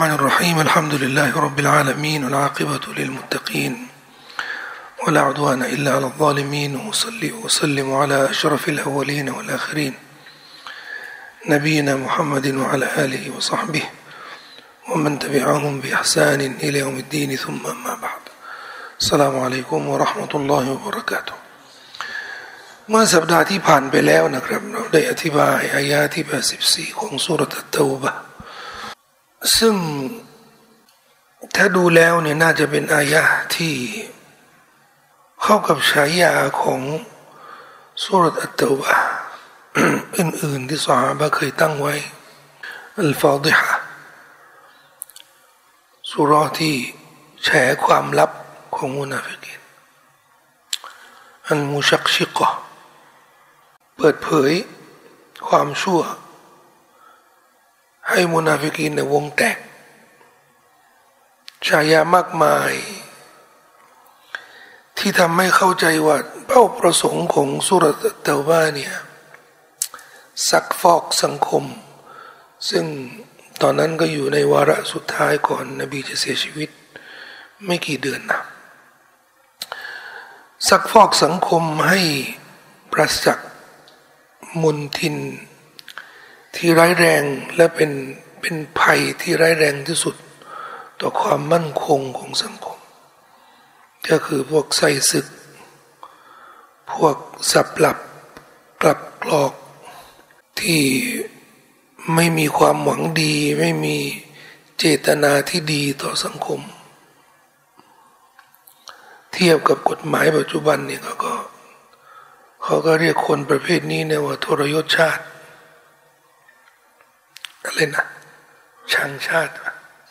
الرحمن الرحيم الحمد لله رب العالمين والعاقبة للمتقين ولا عدوان إلا على الظالمين وصلي وسلم على أشرف الأولين والآخرين نبينا محمد وعلى آله وصحبه ومن تبعهم بإحسان إلى يوم الدين ثم أما بعد السلام عليكم ورحمة الله وبركاته เมื่อสัปดาห์ที่ผ่านไปแล้วนะครับเราได้อธิบายอายะที่84ของซูเราะห์อัตเตาบะห์ซึ่งถ้าดูแล้วเนี่ยน่าจะเป็นอายะที่เข้ากับฉายาของซูเราะห์อัตเตาบะห์อื่นๆที่ซอฮาบะห์เคยตั้งไว้อัลฟาฎิฮะห์ซูเราะห์ที่แฉความลับของมุนาฟิกีนอัลมุชักชิกะห์เปิดเผยความชั่วให้มุนาฟิกีนในวงแตกฉายามากมายที่ทำให้เข้าใจว่าเป้าประสงค์ของซูเราะห์อัตเตาบะห์เนี่ยซักฟอกสังคมซึ่งตอนนั้นก็อยู่ในวาระสุดท้ายก่อนนบีจะเสียชีวิตไม่กี่เดือนนะซักฟอกสังคมให้ปราศจากมลทินที่ร้ายแรงและเป็นภัยที่ร้ายแรงที่สุดต่อความมั่นคงของสังคมก็คือพวกไส้ศึกพวกสับหลับกลับกรอกที่ไม่มีความหวังดีไม่มีเจตนาที่ดีต่อสังคมเทียบกับกฎหมายปัจจุบันเนี่ยเขาก็เรียกคนประเภทนี้เนี่ยว่าทรยศชาติอะไรนะชังชาติ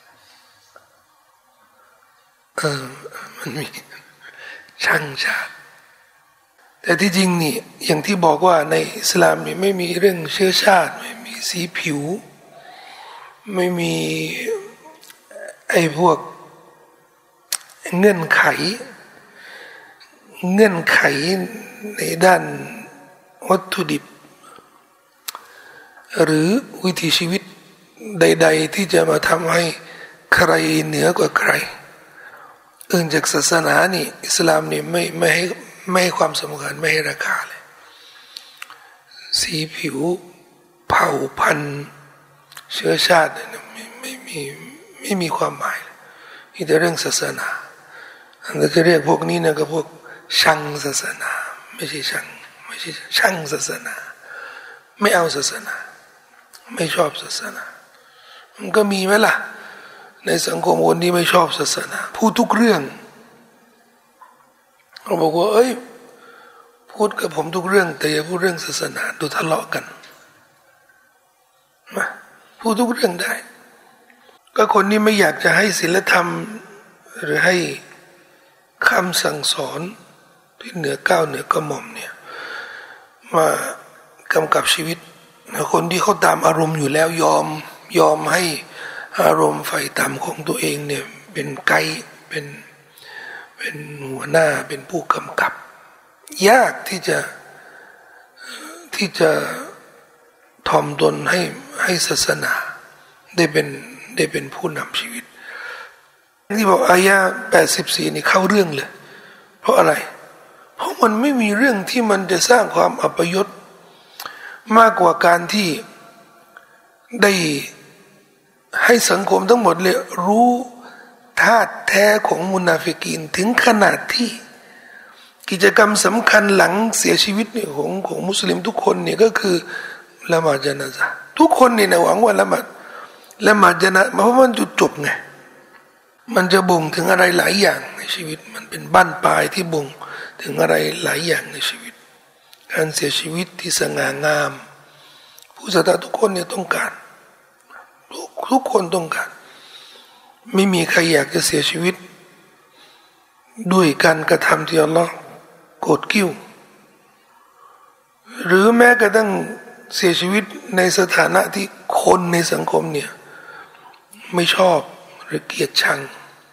มันมีชังชาติแต่ที่จริงนี่อย่างที่บอกว่าในอิสลามนี่ไม่มีเรื่องเชื้อชาติไม่มีสีผิวไม่มีไอ้พวกเงื่อนไขในด้านวัตถุดิบหรือวิถีชีวิตใดๆที่จะมาทำให้ใครเหนือกว่าใครอื่นจากศาสนานี่อิสลามนี่ไม่ให้ความสำคัญไม่ให้ราคาเลยสีผิวเผ่าพันธุ์เชื้อชาติไม่มีความหมายมีแต่เรื่องศาสนาอันนั้นจะเรียกพวกนี้นะก็พวกชังศาสนาไม่ใช่ช่างศาสนาไม่เอาศาสนาไม่ชอบศาสนามันก็มีไหมล่ะในสังคมคนที่ไม่ชอบศาสนาพูดทุกเรื่องเขาบอกว่าพูดกับผมทุกเรื่องแต่อย่าพูดเรื่องศาสนาดูทะเลาะกันมาพูดทุกเรื่องได้ก็คนนี้ไม่อยากจะให้ศีลธรรมหรือให้คำสั่งสอนที่เหนือก้าวเหนือกระหม่อมเนี่ยมากำกับชีวิตคนที่เขาตามอารมณ์อยู่แล้วยอมให้อารมณ์ไฟต่ำของตัวเองเนี่ยเป็นไกด์เป็นหัวหน้าเป็นผู้กำกับยากที่จะถ่อมตนให้ศาสนาได้เป็นผู้นำชีวิตที่บอกอายะ84นี่เข้าเรื่องเลยเพราะอะไรเพราะมันไม่มีเรื่องที่มันจะสร้างความอัปยศมากกว่าการที่ได้ให้สังคมทั้งหมดเลยรู้ธาตุแท้ของมุนาฟิกีนถึงขนาดที่กิจกรรมสำคัญหลังเสียชีวิตเนี่ยของมุสลิมทุกคนเนี่ยก็คือละหมาดญะนาซะห์ทุกคนเนี่ยหวังว่าละหมาดญะนาซะห์เพราะมันจุดจบไงมันจะบ่งถึงอะไรหลายอย่างในชีวิตมันเป็นบั้นปลายที่บ่งถึงอะไรหลายอย่างในชีวิตการเสียชีวิตที่สง่างามผู้ศรัทธาทุกคนเนี่ยต้องการทุกคนต้องการไม่มีใครอยากจะเสียชีวิตด้วยการกระทำที่อัลลอฮ์โกรธกิ้วหรือแม้กระทั่งเสียชีวิตในสถานะที่คนในสังคมเนี่ยไม่ชอบหรือเกลียดชัง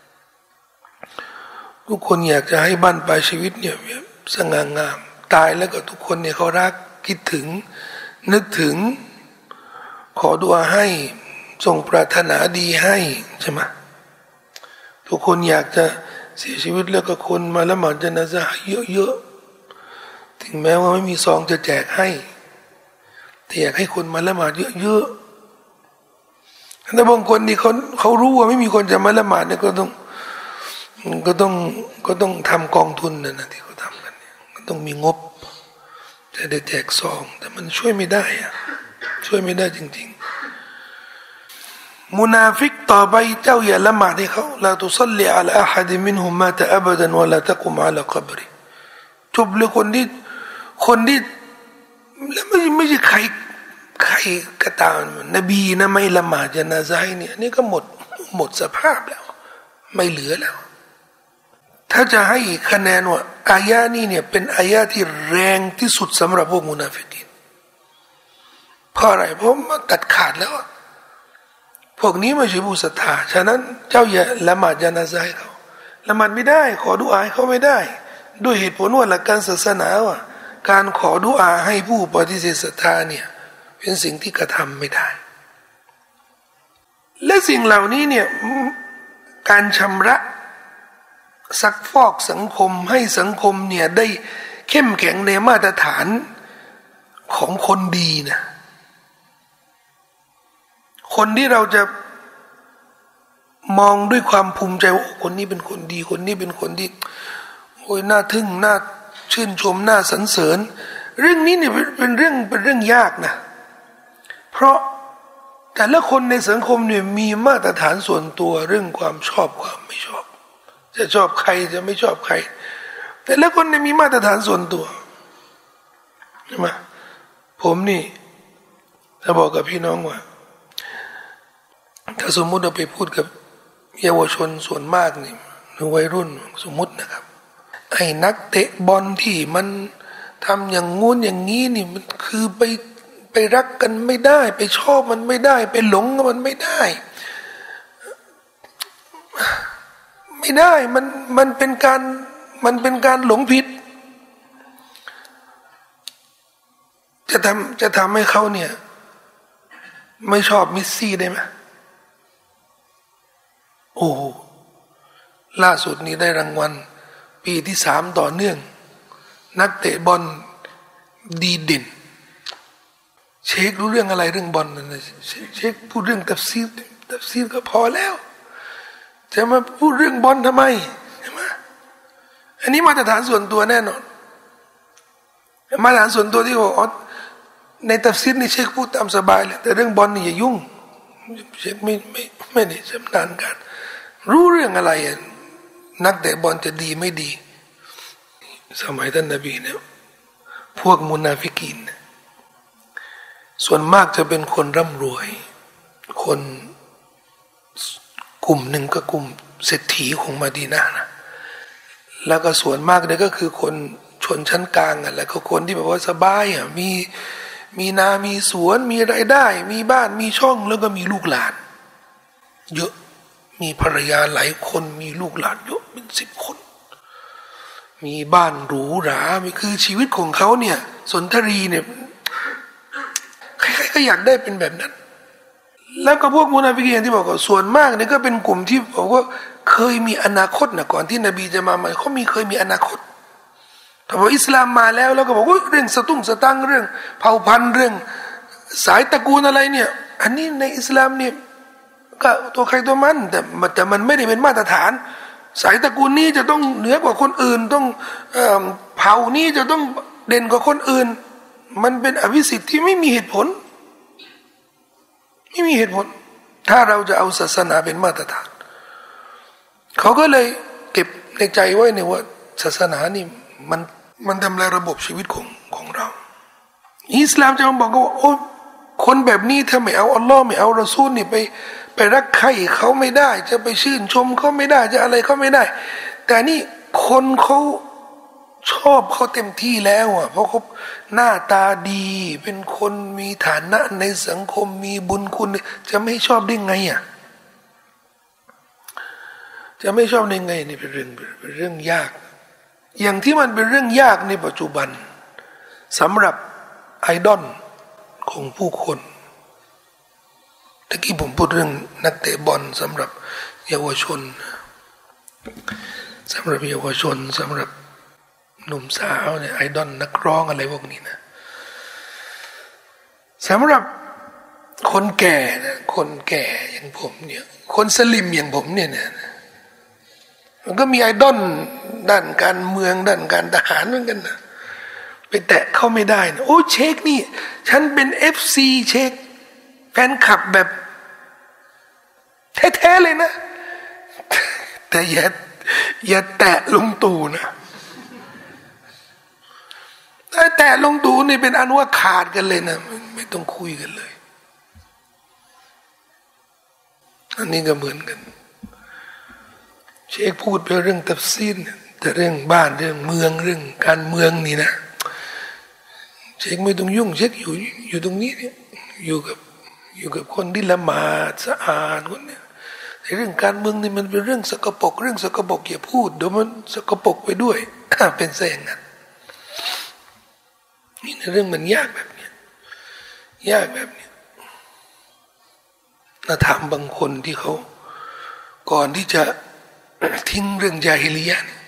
ทุกคนอยากจะให้บ้านปลายชีวิตเนี่ยสง่างามตายแล้วก็ทุกคนเนี่ยเขารักคิดถึงนึกถึงขอดุอาให้ทรงปรารถนาดีให้ใช่ไหมทุกคนอยากจะเสียชีวิตแล้วก็คนมาละหมาดญะนาซะห์เยอะๆถึงแม้ว่าไม่มีซองจะแจกให้แต่อยากให้คนมาละหมาดเยอะๆแต่บางคนที่เขารู้ว่าไม่มีคนจะมาละหมาดเนี่ยก็ต้องทำกองทุนนะที่เขาทำกันเนี่ยก็ต้องมีงบจะได้แจกซองแต่มันช่วยไม่ได้อะช่วยไม่ได้จริงๆมุนาฟิกต่อไปเจ้าอย่าละหมาดให้เขาลาตุซัลลิอะลาอะฮัดมินฮุมมาตะอับดันวะลาตะกุมอะลากับริจบเลยคนที่แล้วไม่ใช่ใครก็ตามนบีนะไม่ละหมาดญะนาซะห์เนี่ยนี่ก็หมดสภาพแล้วไม่เหลือแล้วถ้าจะให้คะแนนว่าอายะนี้เนี่ยเป็นอายะที่แรงที่สุดสำหรับพวกมุนาฟิกีนเพราะอะไรเพราะมันตัดขาดแล้วพวกนี้ไม่ใช่ผู้ศรัทธาฉะนั้นเจ้าอย่าละหมาดญะนาซะห์ให้เขาละหมาดไม่ได้ขอดุอาให้เขาไม่ได้ด้วยเหตุผลว่าหลักการศาสนาว่าการขอดุอาให้ผู้ปฏิเสธศรัทธาเนี่ยเป็นสิ่งที่กระทำไม่ได้และสิ่งเหล่านี้เนี่ยการชำระซักฟอกสังคมให้สังคมเนี่ยได้เข้มแข็งในมาตรฐานของคนดีนะคนที่เราจะมองด้วยความภูมิใจว่าคนนี้เป็นคนดีคนนี้เป็นคนที่โอ้ยน่าทึ่งน่าชื่นชมน่าสรรเสริญเรื่องนี้เนี่ยเป็นเรื่องยากนะเพราะแต่ละคนในสังคมเนี่ยมีมาตรฐานส่วนตัวเรื่องความชอบความไม่ชอบจะชอบใครจะไม่ชอบใครแต่ละคนเนี่ยมีมาตรฐานส่วนตัวใช่ไหมผมนี่จะบอกกับพี่น้องว่าถ้าสมมุติเราไปพูดกับเยาวชนส่วนมากนี่หรือวัยรุ่นสมมุตินะครับไอ้นักเตะบอลที่มันทำอย่างงู้นอย่างนี้นี่มันคือไปรักกันไม่ได้ไปชอบมันไม่ได้ไปหลงมันไม่ได้มันเป็นการหลงผิดจะทำให้เขาเนี่ยไม่ชอบเมสซี่ได้ไหมโอ้ล่าสุดนี้ได้รางวัลปีที่3ต่อเนื่องนักเตะบอลดีเด่นเชครู้เรื่องอะไรเรื่องบอลนั่นนะเชคพูดเรื่องตัฟซีรก็พอแล้วจะมาพูดเรื่องบอลทำไมใช่ไหมอันนี้มาตรฐานส่วนตัวแน่นอนมาตรฐานส่วนตัวที่บอกในตัฟซีรนี่เชคพูดตามสบายเลยแต่เรื่องบอลนี่อย่ายุ่งเชคไม่ได้ชำนาญการรู้เรื่องอะไรนักเตะบอลจะดีไม่ดีสมัยท่านนบีเนี่ยพวกมุนาฟิกีนส่วนมากจะเป็นคนร่ำรวยคนกลุ่มหนึ่งก็กลุ่มเศรษฐีของมะดีนะห์นะแล้วก็ส่วนมากเนี่ยก็คือคนชนชั้นกลางอ่ะแล้วก็คนที่แบบว่าสบายอ่ะมีนามีสวนมีรายได้มีบ้านมีช่องแล้วก็มีลูกหลานเยอะมีภรรยาหลายคนมีลูกหลานเยอะเป็น10 คนมีบ้านหรูหรามีคือชีวิตของเขาเนี่ยสนทรีเนี่ยใครๆก็อยากได้เป็นแบบนั้นแล้วก็พวกมุนาฟิกีนที่บอกว่าส่วนมากเนี่ยก็เป็นกลุ่มที่บอกว่าเคยมีอนาคตนะก่อนที่นบีจะมาใหม่เขาเคยมีอนาคตแต่พออิสลามมาแล้วก็บอกว่าเรื่องสตังค์เรื่องเผ่าพันธุ์เรื่องสายตระกูลอะไรเนี่ยอันนี้ในอิสลามเนี่ยก็ตัวใครตัวมันแต่มันไม่ได้เป็นมาตรฐานสายตระกูลนี้จะต้องเหนือกว่าคนอื่นต้องเผ่านี้จะต้องเด่นกว่าคนอื่นมันเป็นอภิสิทธิ์ที่ไม่มีเหตุผลไม่มีเหตุผลถ้าเราจะเอาศาสนาเป็นมาตรฐานเขาก็เลยเก็บในใจไว้เนี่ยว่าศาสนานี่มันทำลายระบบชีวิตของเราอิสลามจะมาบอกว่าโอ้คนแบบนี้ถ้าไม่เอาอัลลอฮ์ไม่เอารอซูลนี่ไปรักใครเขาไม่ได้จะไปชื่นชมเขาไม่ได้จะอะไรเขาไม่ได้แต่นี่คนเขาชอบเขาเต็มที่แล้วอ่ะเพราะเขาหน้าตาดีเป็นคนมีฐานะในสังคมมีบุญคุณจะไม่ชอบได้ไงอ่ะจะไม่ชอบได้ไงนี่เป็นเรื่องยากอย่างที่มันเป็นเรื่องยากในปัจจุบันสำหรับไอดอลของผู้คนตะกี้ผมพูดเรื่องนักเตะบอลสำหรับเยาวชนสำหรับเยาวชนสำหรับหนุ่มสาวเนี่ยไอดอลนักร้องอะไรพวกนี้นะสำหรับคนแก่นะคนแก่อย่างผมเนี่ยคนสลิมอย่างผมเนี่ยมันก็มีไอดอลด้านการเมืองด้านการทหารเหมือนกันนะไปแตะเข้าไม่ได้นะโอ้เชคนี่ฉันเป็นFCเชคแฟนคลับแบบแท้ๆเลยนะแต่อย่าแตะลุงตู่นะถ้าแตะลุงตู่นี่เป็นอันว่าขาดกันเลยนะไม่ต้องคุยกันเลยอันนี้ก็เหมือนกันเชคพูดไปเรื่องตัฟซีรแต่เรื่องบ้านเรื่องเมืองเรื่องการเมืองนี่นะเชคไม่ต้องยุ่งเชคอยู่ตรงนี้เนี่ยอยู่กับคนที่ละหมาดสะอาดคนเนี่ยเรื่องการเมืองนี่มันเป็นเรื่องสกปรกเรื่องสกปรกอย่าพูดเดี๋ยวมันสกปรกไปด้วยเป็นแสงนั้นนี่เรื่องมันยากแบบนี้ยากแบบนี้น่าถามบางคนที่เขาก่อนที่จะทิ้งเรื่องญาฮิลียะห์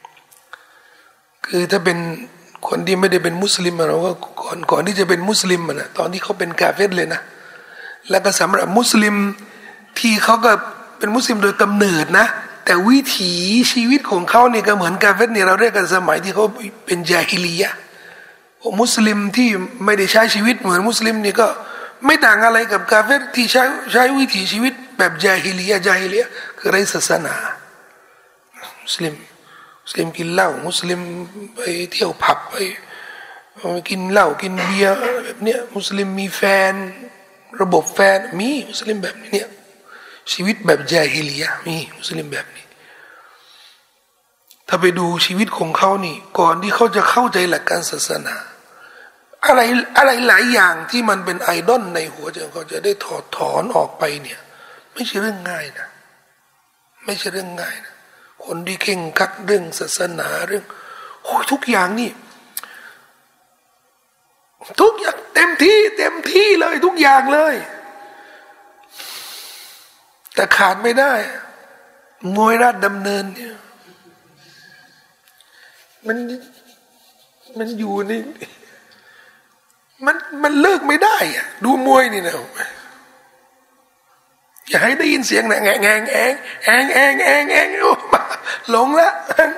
คือถ้าเป็นคนที่ไม่ได้เป็นมุสลิมเราก็ก่อนที่จะเป็นมุสลิมนะตอนที่เขาเป็นกาเฟรเลยนะแล้วก็สำหรับมุสลิมที่เขาก็เป็นมุสลิมโดยกำเนิดนะแต่วิถีชีวิตของเขาเนี่ยก็เหมือนกาเฟรเนี่ยเราเรียกกันสมัยที่เขาเป็นญาฮิลียะห์มุสลิมที่ไม่ได้ใช้ชีวิตเหมือนมุสลิมนี่ก็ไม่ต่างอะไรกับกาเฟรที่ใช้วิถีชีวิตแบบญาฮิลียะห์คือไร้ศาสนามุสลิมกินเหล้ามุสลิมไปเที่ยวผับไปกินเหล้ากินเบียร์แบบเนี้ยมุสลิมมีแฟนระบบแฟนมีมุสลิมแบบนี้เนี่ยชีวิตแบบญาฮิลียะห์มีมุสลิมแบบนี้ถ้าไปดูชีวิตของเขานี่ก่อนที่เขาจะเข้าใจหลักการศาสนาอะไรหลายอย่างที่มันเป็นไอดอลในหัวใจเขาจะได้ถอดถอนออกไปเนี่ยไม่ใช่เรื่องง่ายนะไม่ใช่เรื่องง่ายนะคนที่เข่งคัดเรื่องศาสนาเรื่องโอ้ยทุกอย่างนี่ทุกอย่างเต็มที่เลยทุกอย่างเลยแต่ขาดไม่ได้มวยราชดำเนินเนี่ยมันอยู่นี่มันเลิกไม่ได้อะดูมวยนี่นะอย่าให้ได้ยินเสียงนะแงงแองแองแองแองแองแองหลงละ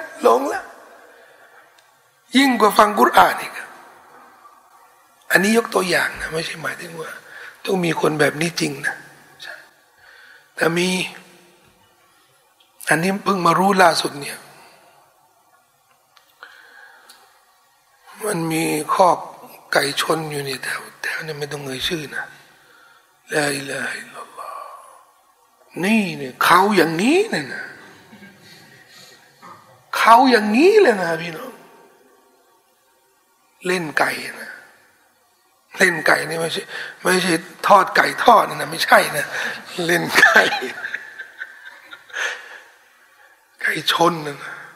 ยิ่งกว่าฟังกุรอานอีกอันนี้ยกตัวอย่างนะไม่ใช่หมายถึงว่าต้องมีคนแบบนี้จริงนะแต่มีอันนี้เพิ่งมารู้ล่าสุดเนี่ยมันมีคอกไก่ชนอยู่เนี่ยแถวนี้ไม่ต้องเอ่ยชื่อนะลาอิลาฮะอิลลัลลอฮ์นี่เนี่ยเขาอย่างนี้เนี่ยนะเขาอย่างนี้เลยนะพี่น้องเล่นไก่นะเล่นไก่นี่ไม่ใช่ทอดไก่ทอดนะไม่ใช่นะเล่นไก่ชนนะ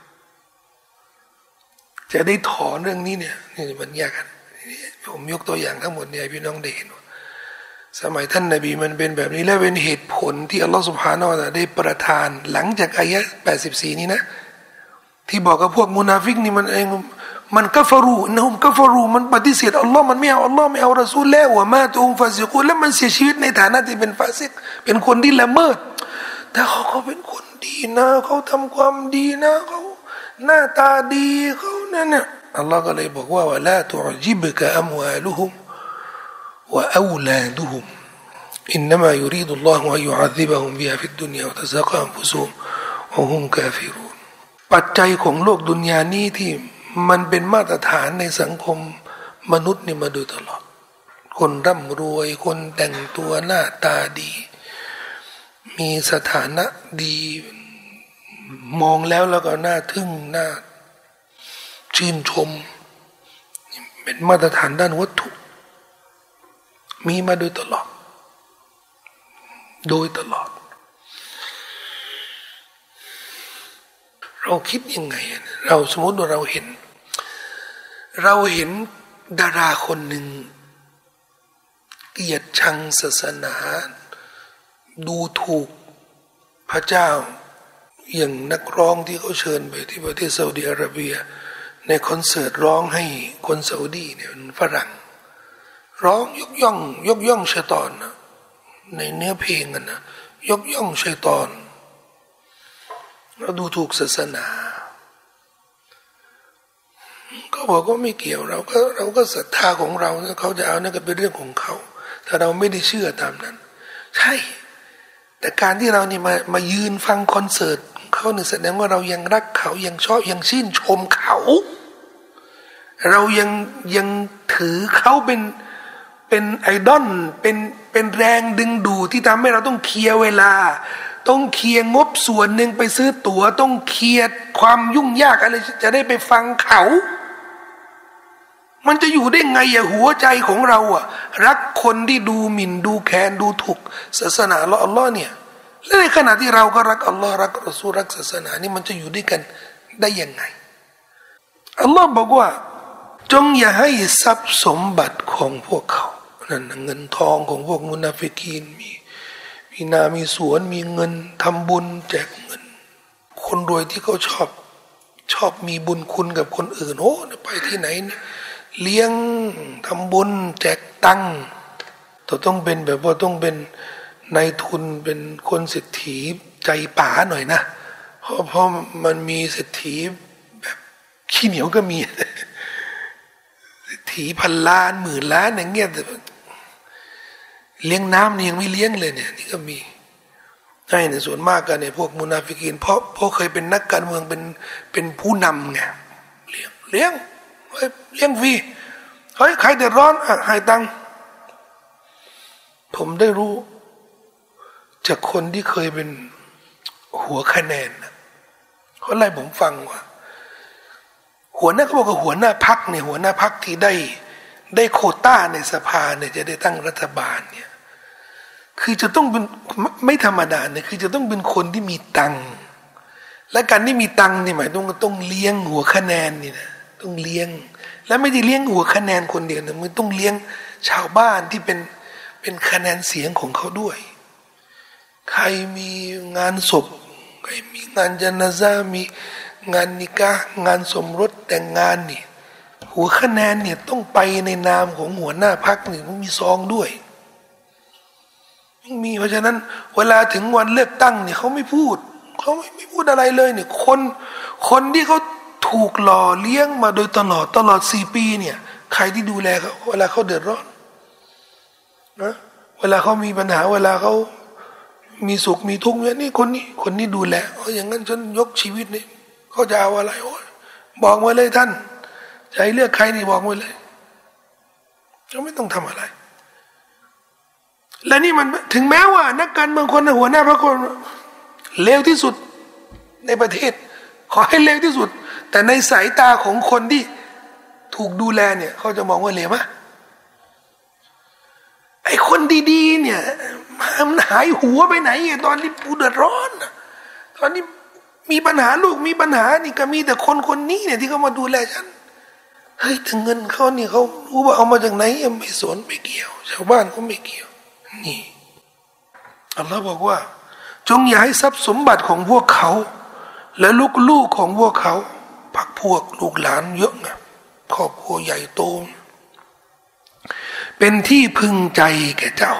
จะได้ถอนเรื่องนี้เนี่ยนี่มันยากกันผมยกตัวอย่างทั้งหมดเนี่ยพี่น้องได้เห็นว่าสมัยท่านนบีมันเป็นแบบนี้และเป็นเหตุผลที่อัลลอฮฺสุบฮานาอัลลอฮฺได้ประทานหลังจากอายะห์84นี้นะที่บอกกับพวกมุนาฟิกนี่มันกัฟรูนะฮุมกัฟรูมันปฏิเสธอัลลอฮ์มันไม่เอาอัลลอฮ์ไม่เอารอซูลแล้วว่ามาตุฮุมฟาซิกูนแล้วมันเสียชีวิตในฐานะที่เป็นฟาซิกเป็นคนที่ละเมิดแต่เขาเป็นคนดีนะเขาทำความดีนะเขาหน้าตาดีเขานั่นน่ะอัลลอฮ์ก็เลยบอกว่าวะลาตุอญิบกะอัมวาลุฮุมวะอูลาดุฮุมอินนัมายุรีดุลลอฮุอัยยุอัซิบะฮุมบิฮาฟิดดุนยา วะตะซะกะอันฟุซุฮุมวะฮุมกาฟิรูนปัจจัยของโลกดุนยานี้ที่มันเป็นมาตรฐานในสังคมมนุษย์นี่มาโดยตลอดคนร่ำรวยคนแต่งตัวหน้าตาดีมีสถานะดีมองแล้วก็น่าทึ่งน่าชื่นชมเป็นมาตรฐานด้านวัตถุมีมาโดยตลอดเราคิดยังไงเราสมมติว่าเราเห็นดาราคนหนึ่งเกลียดชังศาสนาดูถูกพระเจ้าอย่างนักร้องที่เขาเชิญไปที่ประเทศซาอุดิอาระเบียในคอนเสิร์ตร้องให้คนซาอุดีเนี่ยฝรั่งร้องยกย่องชัยฏอนนะในเนื้อเพลงกันนะยกย่องชัยฏอนเราดูถูกศาสนาก็บอกว่าไม่เกี่ยวเราก็ศรัทธาของเราเขาจะเอานั่นก็เป็นเรื่องของเขาถ้าเราไม่ได้เชื่อตามนั้นใช่แต่การที่เรานี่มายืนฟังคอนเสิร์ตเขาเนี่ยแสดงว่าเรายังรักเขายังชอบยังชื่นชมเขาเรายังถือเขาเป็นไอดอลเป็นแรงดึงดูดที่ทำให้เราต้องเคลียร์เวลาต้องเคลียร์งบส่วนหนึ่งไปซื้อตั๋วต้องเคลียร์ความยุ่งยากอะไรจะได้ไปฟังเขามันจะอยู่ได้ไงอะหัวใจของเราอะรักคนที่ดูหมิ่นดูแคลนดูถูกศาสนาอัลลอฮ์เนี่ยและในขณะที่เราก็รักอัลลอฮ์รักรอซูลรักศาสนานี่มันจะอยู่ด้วยกันได้ยังไงอัลลอฮ์บอกว่าจงอย่าให้ทรัพย์สมบัติของพวกเขานั่นเงินทองของพวกมุนาฟิกีนมีนามีสวนมีเงินทำบุญแจกเงินคนรวยที่เขาชอบมีบุญคุณกับคนอื่นโอ้ไปที่ไหนเลี้ยงทำบุญแจกตังค์ต้องเป็นแบบว่าต้องเป็นนายทุนเป็นคนเศรษฐีใจป๋าหน่อยนะเพราะมันมีเศรษฐีแบบขี้เหนียวก็มีเศรษฐีพันล้านหมื่นล้านอย่างเงี้ยแต่เลี้ยงน้ำนี่ยังไม่เลี้ยงเลยเนี่ยนี่ก็มีใช่ในส่วนมากกันเนี่ยพวกมุนาฟิกีนเพราะเคยเป็นนักการเมืองเป็นผู้นำไงเลี้ยงฟรีเฮ้ยใครเดือดร้อนให้ตังค์ผมได้รู้จากคนที่เคยเป็นหัวคะแนนเขาไล่ผมฟังว่าหัวหน้าเขาบอกว่าหัวหน้าพรรคเนี่ยหัวหน้าพรรคที่ได้โควต้าในสภาเนี่ยจะได้ตั้งรัฐบาลเนี่ยคือจะต้องเป็นไม่ธรรมดาเนี่ยคือจะต้องเป็นคนที่มีตังค์และการที่มีตังค์นี่หมายต้องเลี้ยงหัวคะแนนนี่นะต้องเลี้ยงและไม่ได้เลี้ยงหัวคะแนนคนเดียวนะมันต้องเลี้ยงชาวบ้านที่เป็นคะแนนเสียงของเขาด้วยใครมีงานศพใครมีงานญะนาซามีงานนิกะห์งานสมรสแต่งงานนี่หัวคะแนนเนี่ยต้องไปในนามของหัวหน้าพรรคนี่มันมีซองด้วยมีเพราะฉะนั้นเวลาถึงวันเลือกตั้งเนี่ยเขาไม่พูดไม่พูดอะไรเลยเนี่ยคนที่เขาถูกหล่อเลี้ยงมาโดยตลอด4 ปีเนี่ยใครที่ดูแลเขาเวลาเขาเดือดร้อนนะเวลาเขามีปัญหาเวลาเขามีสุขมีทุกข์เนี่ยนี่คนนี้ดูแลอย่างนั้นฉันยกชีวิตนี่เขาจะเอาอะไรบอกมาเลยท่านจะให้เลือกใครนี่บอกมาเลยเราไม่ต้องทำอะไรและนี่มันถึงแม้ว่านักการเมืองคนหัวหน้าพรรคคนเลวที่สุดในประเทศขอให้เลวที่สุดแต่ในสายตาของคนที่ถูกดูแลเนี่ยเขาจะมองว่าเลวมะไอ้คนดีๆเนี่ยมันหายหัวไปไหนตอนที่ปูเดือดร้อนตอนนี้มีปัญหาลูกมีปัญหานี่ก็มีแต่คนนี้เนี่ยที่เขามาดูแลฉันเฮ้ยถึงเงินเขานี่เขารู้ว่าเอามาจากไหนยังไม่สนไม่เกี่ยวชาวบ้านก็ไม่เกี่ยวนี่อัลลอฮ์บอกว่าจงอย่าให้ทรัพย์สมบัติของพวกเขาและลูกของพวกเขาพรรคพวกลูกหลานเยอะไงครอบครัวใหญ่โตเป็นที่พึงใจแก่เจ้า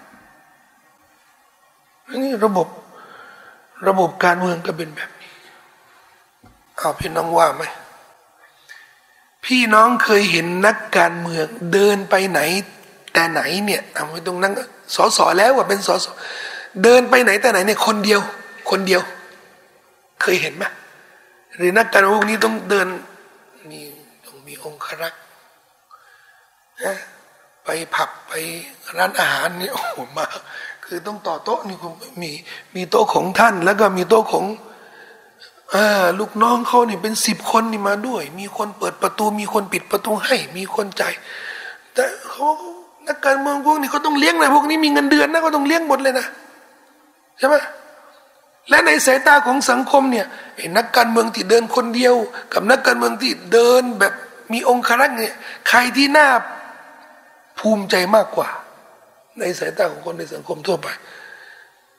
นี่ระบบการเมืองก็เป็นแบบนี้เอาพี่น้องว่าไหมพี่น้องเคยเห็นนักการเมืองเดินไปไหนแต่ไหนเนี่ยเอาไว้ตรงนั้นสแล้วว่าเป็นสเดินไปไหนแต่ไหนเนี่ยคนเดียวเคยเห็นไหมหรือนักการเมืองพวกนี้ต้องเดินต้องมีองครักษ์นะไปผับไปร้านอาหารนี่โอ้โหมาคือต้องต่อโต๊ะนี่มีโต๊ะของท่านแล้วก็มีโต๊ะของลูกน้องเขานี่เป็น10 คนนี่มาด้วยมีคนเปิดประตูมีคนปิดประตูให้มีคนจ่ายแต่เขานักการเมืองพวกนี้เขาต้องเลี้ยงอะไรพวกนี้มีเงินเดือนนะก็ต้องเลี้ยงหมดเลยนะใช่ไหมและในสายตาของสังคมเนี่ยไอ้นักการเมืองที่เดินคนเดียวกับนักการเมืองที่เดินแบบมีองครักษ์เนี่ยใครที่น่าภูมิใจมากกว่าในสายตาของคนในสังคมทั่วไป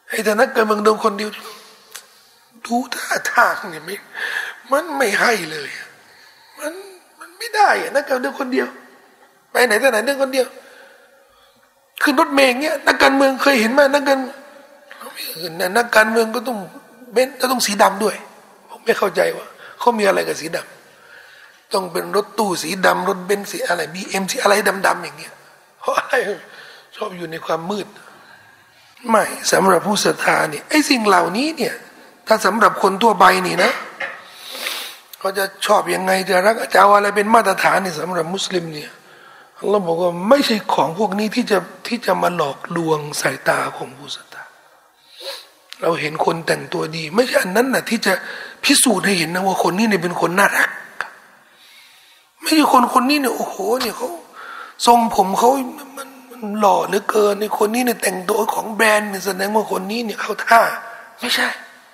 แต่นักการเมืองเดิมคนเดียวดูท่าทางเนี่ยมันไม่ให้เลยมันไม่ได้อะนักการเมืองคนเดียวไปไหนแต่ไหนเดินคนเดียวขึ้นรถเมล์เงี้ยนักการเมืองเคยเห็นไหมนักการเมืองก็ต้องเบนซ์ต้องสีดำด้วยผมไม่เข้าใจว่าเขามีอะไรกับสีดำต้องเป็นรถตู้สีดำรถเบนซ์สีอะไรBMสีอะไรดำๆอย่างเงี้ยเพราะอะไรชอบอยู่ในความมืดไม่สำหรับผู้ศรัทธาเนี่ยไอ้สิ่งเหล่านี้เนี่ยถ้าสำหรับคนทั่วไปนี่นะเขาจะชอบยังไงจะรักจะเอาอะไรเป็นมาตรฐานนี่สำหรับมุสลิมเนี่ยเราบอกว่าไม่ใช่ของพวกนี้ที่จะมาหลอกลวงสายตาของผู้ศรัทธาเราเห็นคนแต่งตัวดีไม่ใช่อันนั้นนะที่จะพิสูจน์ให้เห็นนะว่าคนนี้เนี่ยเป็นคนน่ารักไม่ใช่คนนี้เนี่ยโอ้โหเนี่ยเขาทรงผมเขามันหล่อเหลือเกินในคนนี้เนี่ยแต่งตัวของแบรนด์เนี่ยแสดงว่าคนนี้เนี่ยเข้าท่าไม่ใช่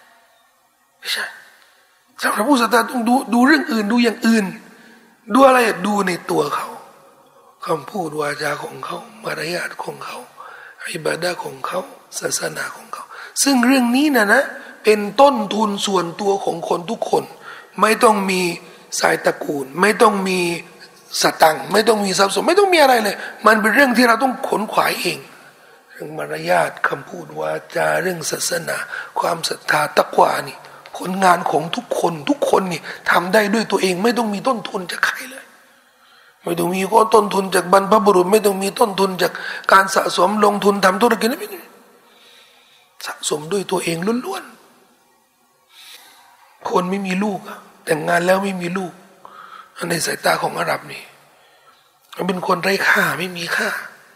สำหรับผู้ศรัทธาต้องดูเรื่องอื่นดูอย่างอื่นดูอะไรดูในตัวเขาคำพูดวาจาของเขามารยาทของเขาอิบาดะห์ของเขาศาสนาของเขาซึ่งเรื่องนี้นะเป็นต้นทุนส่วนตัวของคนทุกคนไม่ต้องมีสายตระกูลไม่ต้องมีสตังค์ไม่ต้องมีทรัพย์สมบัติไม่ต้องมีอะไรเลยมันเป็นเรื่องที่เราต้องขนขวายเองเรื่องมารยาทคำพูดวาจาเรื่องศาสนาความศรัทธาตักวานี่ผลงานของทุกคนนี่ทำได้ด้วยตัวเองไม่ต้องมีต้นทุนจากใครเลยไม่ต้องมีต้นทุนจากบรรพบุรุษไม่ต้องมีต้นทุนจากการสะสมลงทุนทำธุรกิจไม่ต้องสะสมด้วยตัวเองล้วนๆคนไม่มีลูกแต่งงานแล้วไม่มีลูกในสายตาของอาหรับนี่เป็นคนไร้ค่าไม่มีค่า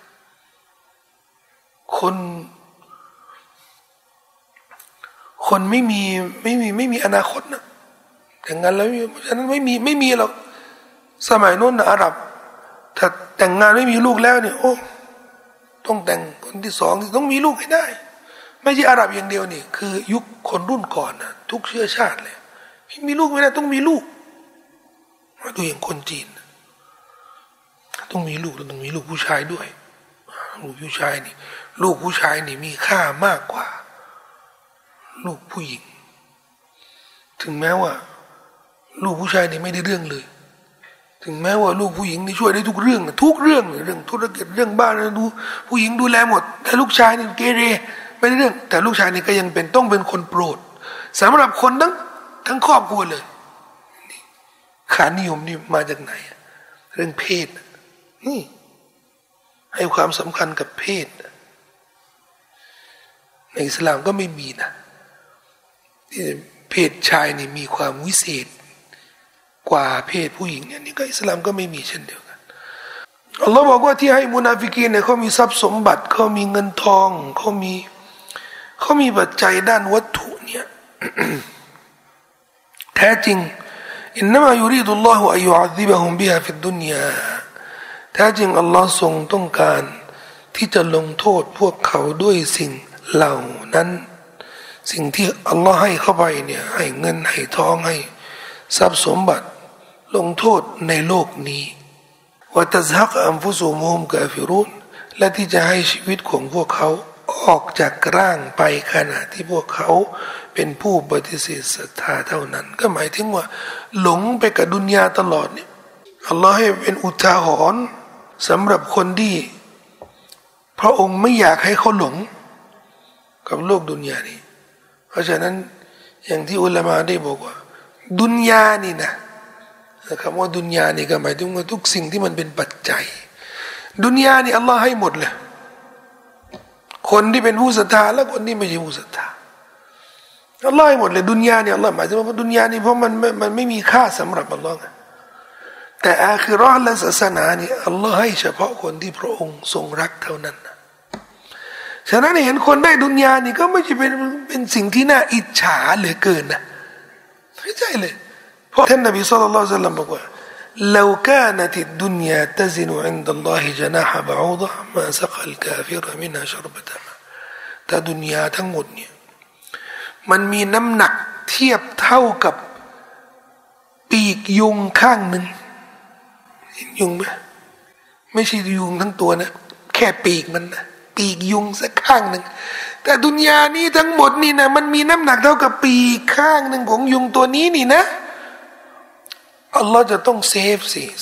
คนไม่มีอนาคตนะแต่งงานแล้วฉะนั้นไม่มีหรอกสมัยโน้นนะอาหรับถ้าแต่งงานไม่มีลูกแล้วเนี่ยโอ้ต้องแต่งคนที่สองต้องมีลูกให้ได้ไม่ใช่อาหรับอย่างเดียวนี่คือยุคคนรุ่นก่อนนะทุกเชื้อชาติเลยไม่มีลูกไม่ได้ต้องมีลูกมาดูอย่างคนจีนต้องมีลูกต้องมีลูกผู้ชายด้วยลูกผู้ชายนี่มีค่ามากกว่าลูกผู้หญิงถึงแม้ว่าลูกผู้ชายนี่ไม่ได้เรื่องเลยถึงแม้ว่าลูกผู้หญิงนี่ช่วยได้ทุกเรื่องเรื่องธุรกิจเรื่องบ้านดูผู้หญิงดูแลหมดแต่ลูกชายนี่เกเรไม่ได้เรื่องแต่ลูกชายนี่ก็ยังต้องเป็นคนโปรดสำหรับคนทั้งครอบครัวเลยขานิยมนี่มาจากไหนเรื่องเพศนี่ให้ความสำคัญกับเพศในอิสลามก็ไม่มีนะเพศชายนี่มีความวิเศษกว่าเพศผู้หญิงเนี่ยนี่ก็อิสลามก็ไม่มีเช่นเดียวกันอัลลอฮ์บอกว่าที่ให้มุนาฟิกีนเนี่ยเขามีทรัพย์สมบัติเขามีเงินทองเขามีปัจจัยด้านวัตถุเนี่ย แท้จริงอินนัมายุรีดุลลอฮุอัยยุอัซิบะฮุมบิฮาฟิดดุนยาแท้จริงอัลลอฮ์ทรงต้องการที่จะลงโทษพวกเขาด้วยสิ่งเหล่านั้นสิ่งที่อัลลอฮ์ให้เข้าไปเนี่ยให้เงินให้ทองให้ทรัพย์สมบัติลงโทษในโลกนี้วะตัซฮักอัมฟุซุมุมกาฟิรุนและที่จะให้ชีวิตของพวกเขาออกจากร่างไปขณะที่พวกเขาเป็นผู้ปฏิเสธศรัทธาเท่านั้นก็หมายถึงว่าหลงไปกับดุนยาตลอดเนี่ยอัลลอฮ์ให้เป็นอุทาหรณ์สำหรับคนที่พระองค์ไม่อยากให้เขาหลงกับโลกดุนยานี้เพราะฉะนั้นอย่างที่อุลามะได้บอกว่าดุนยานี่นะคำว่าดุนยานี่ก็หมายถึงว่าทุกสิ่งที่มันเป็นปัจจัยดุนยานี่อัลลอฮ์ให้หมดเลยคนที่เป็นผู้ศรัทธาและคนที่ไม่ใช่ผู้ศรัทธาอัลลอฮ์ให้หมดเลยดุนยานี่อัลลอฮ์หมายถึงว่าดุนยานี่เพราะมันไม่มีค่าสำหรับอัลลอฮ์แต่อาคิเราะห์และศาสนานี่อัลลอฮ์ให้เฉพาะคนที่พระองค์ทรงรักเท่านั้นนะฉะนั้นเห็นคนได้ดุนยานี่ก็ไม่ใช่เป็นสิ่งที่น่าอิจฉาเหลือเกินนะไม่ใช่เลยเพราะท่านนบีศ็อลลัลลอฮุอะลัยฮิวะซัลลัมบอกว่าلو كانت الدنيا تزن عند الله جناح بعوضة ما سقى الكافر منها شربة ماء ถ้าดุนยาทั้งหมดเนี่ยมันมีน้ำหนักเทียบเท่ากับปีกยุงข้างหนึ่งเห็นยุงไหมไม่ใช่ยุงทั้งตัวนะแค่ปีกมันนะปีกยุงสักข้างหนึ่งแต่ดุนยานี้ทั้งหมดนี่นะมันมีน้ำหนักเท่ากับปีกข้างหนึ่งของยุงตัวนี้นี่นะอัลลอฮ์จะต้องเซฟ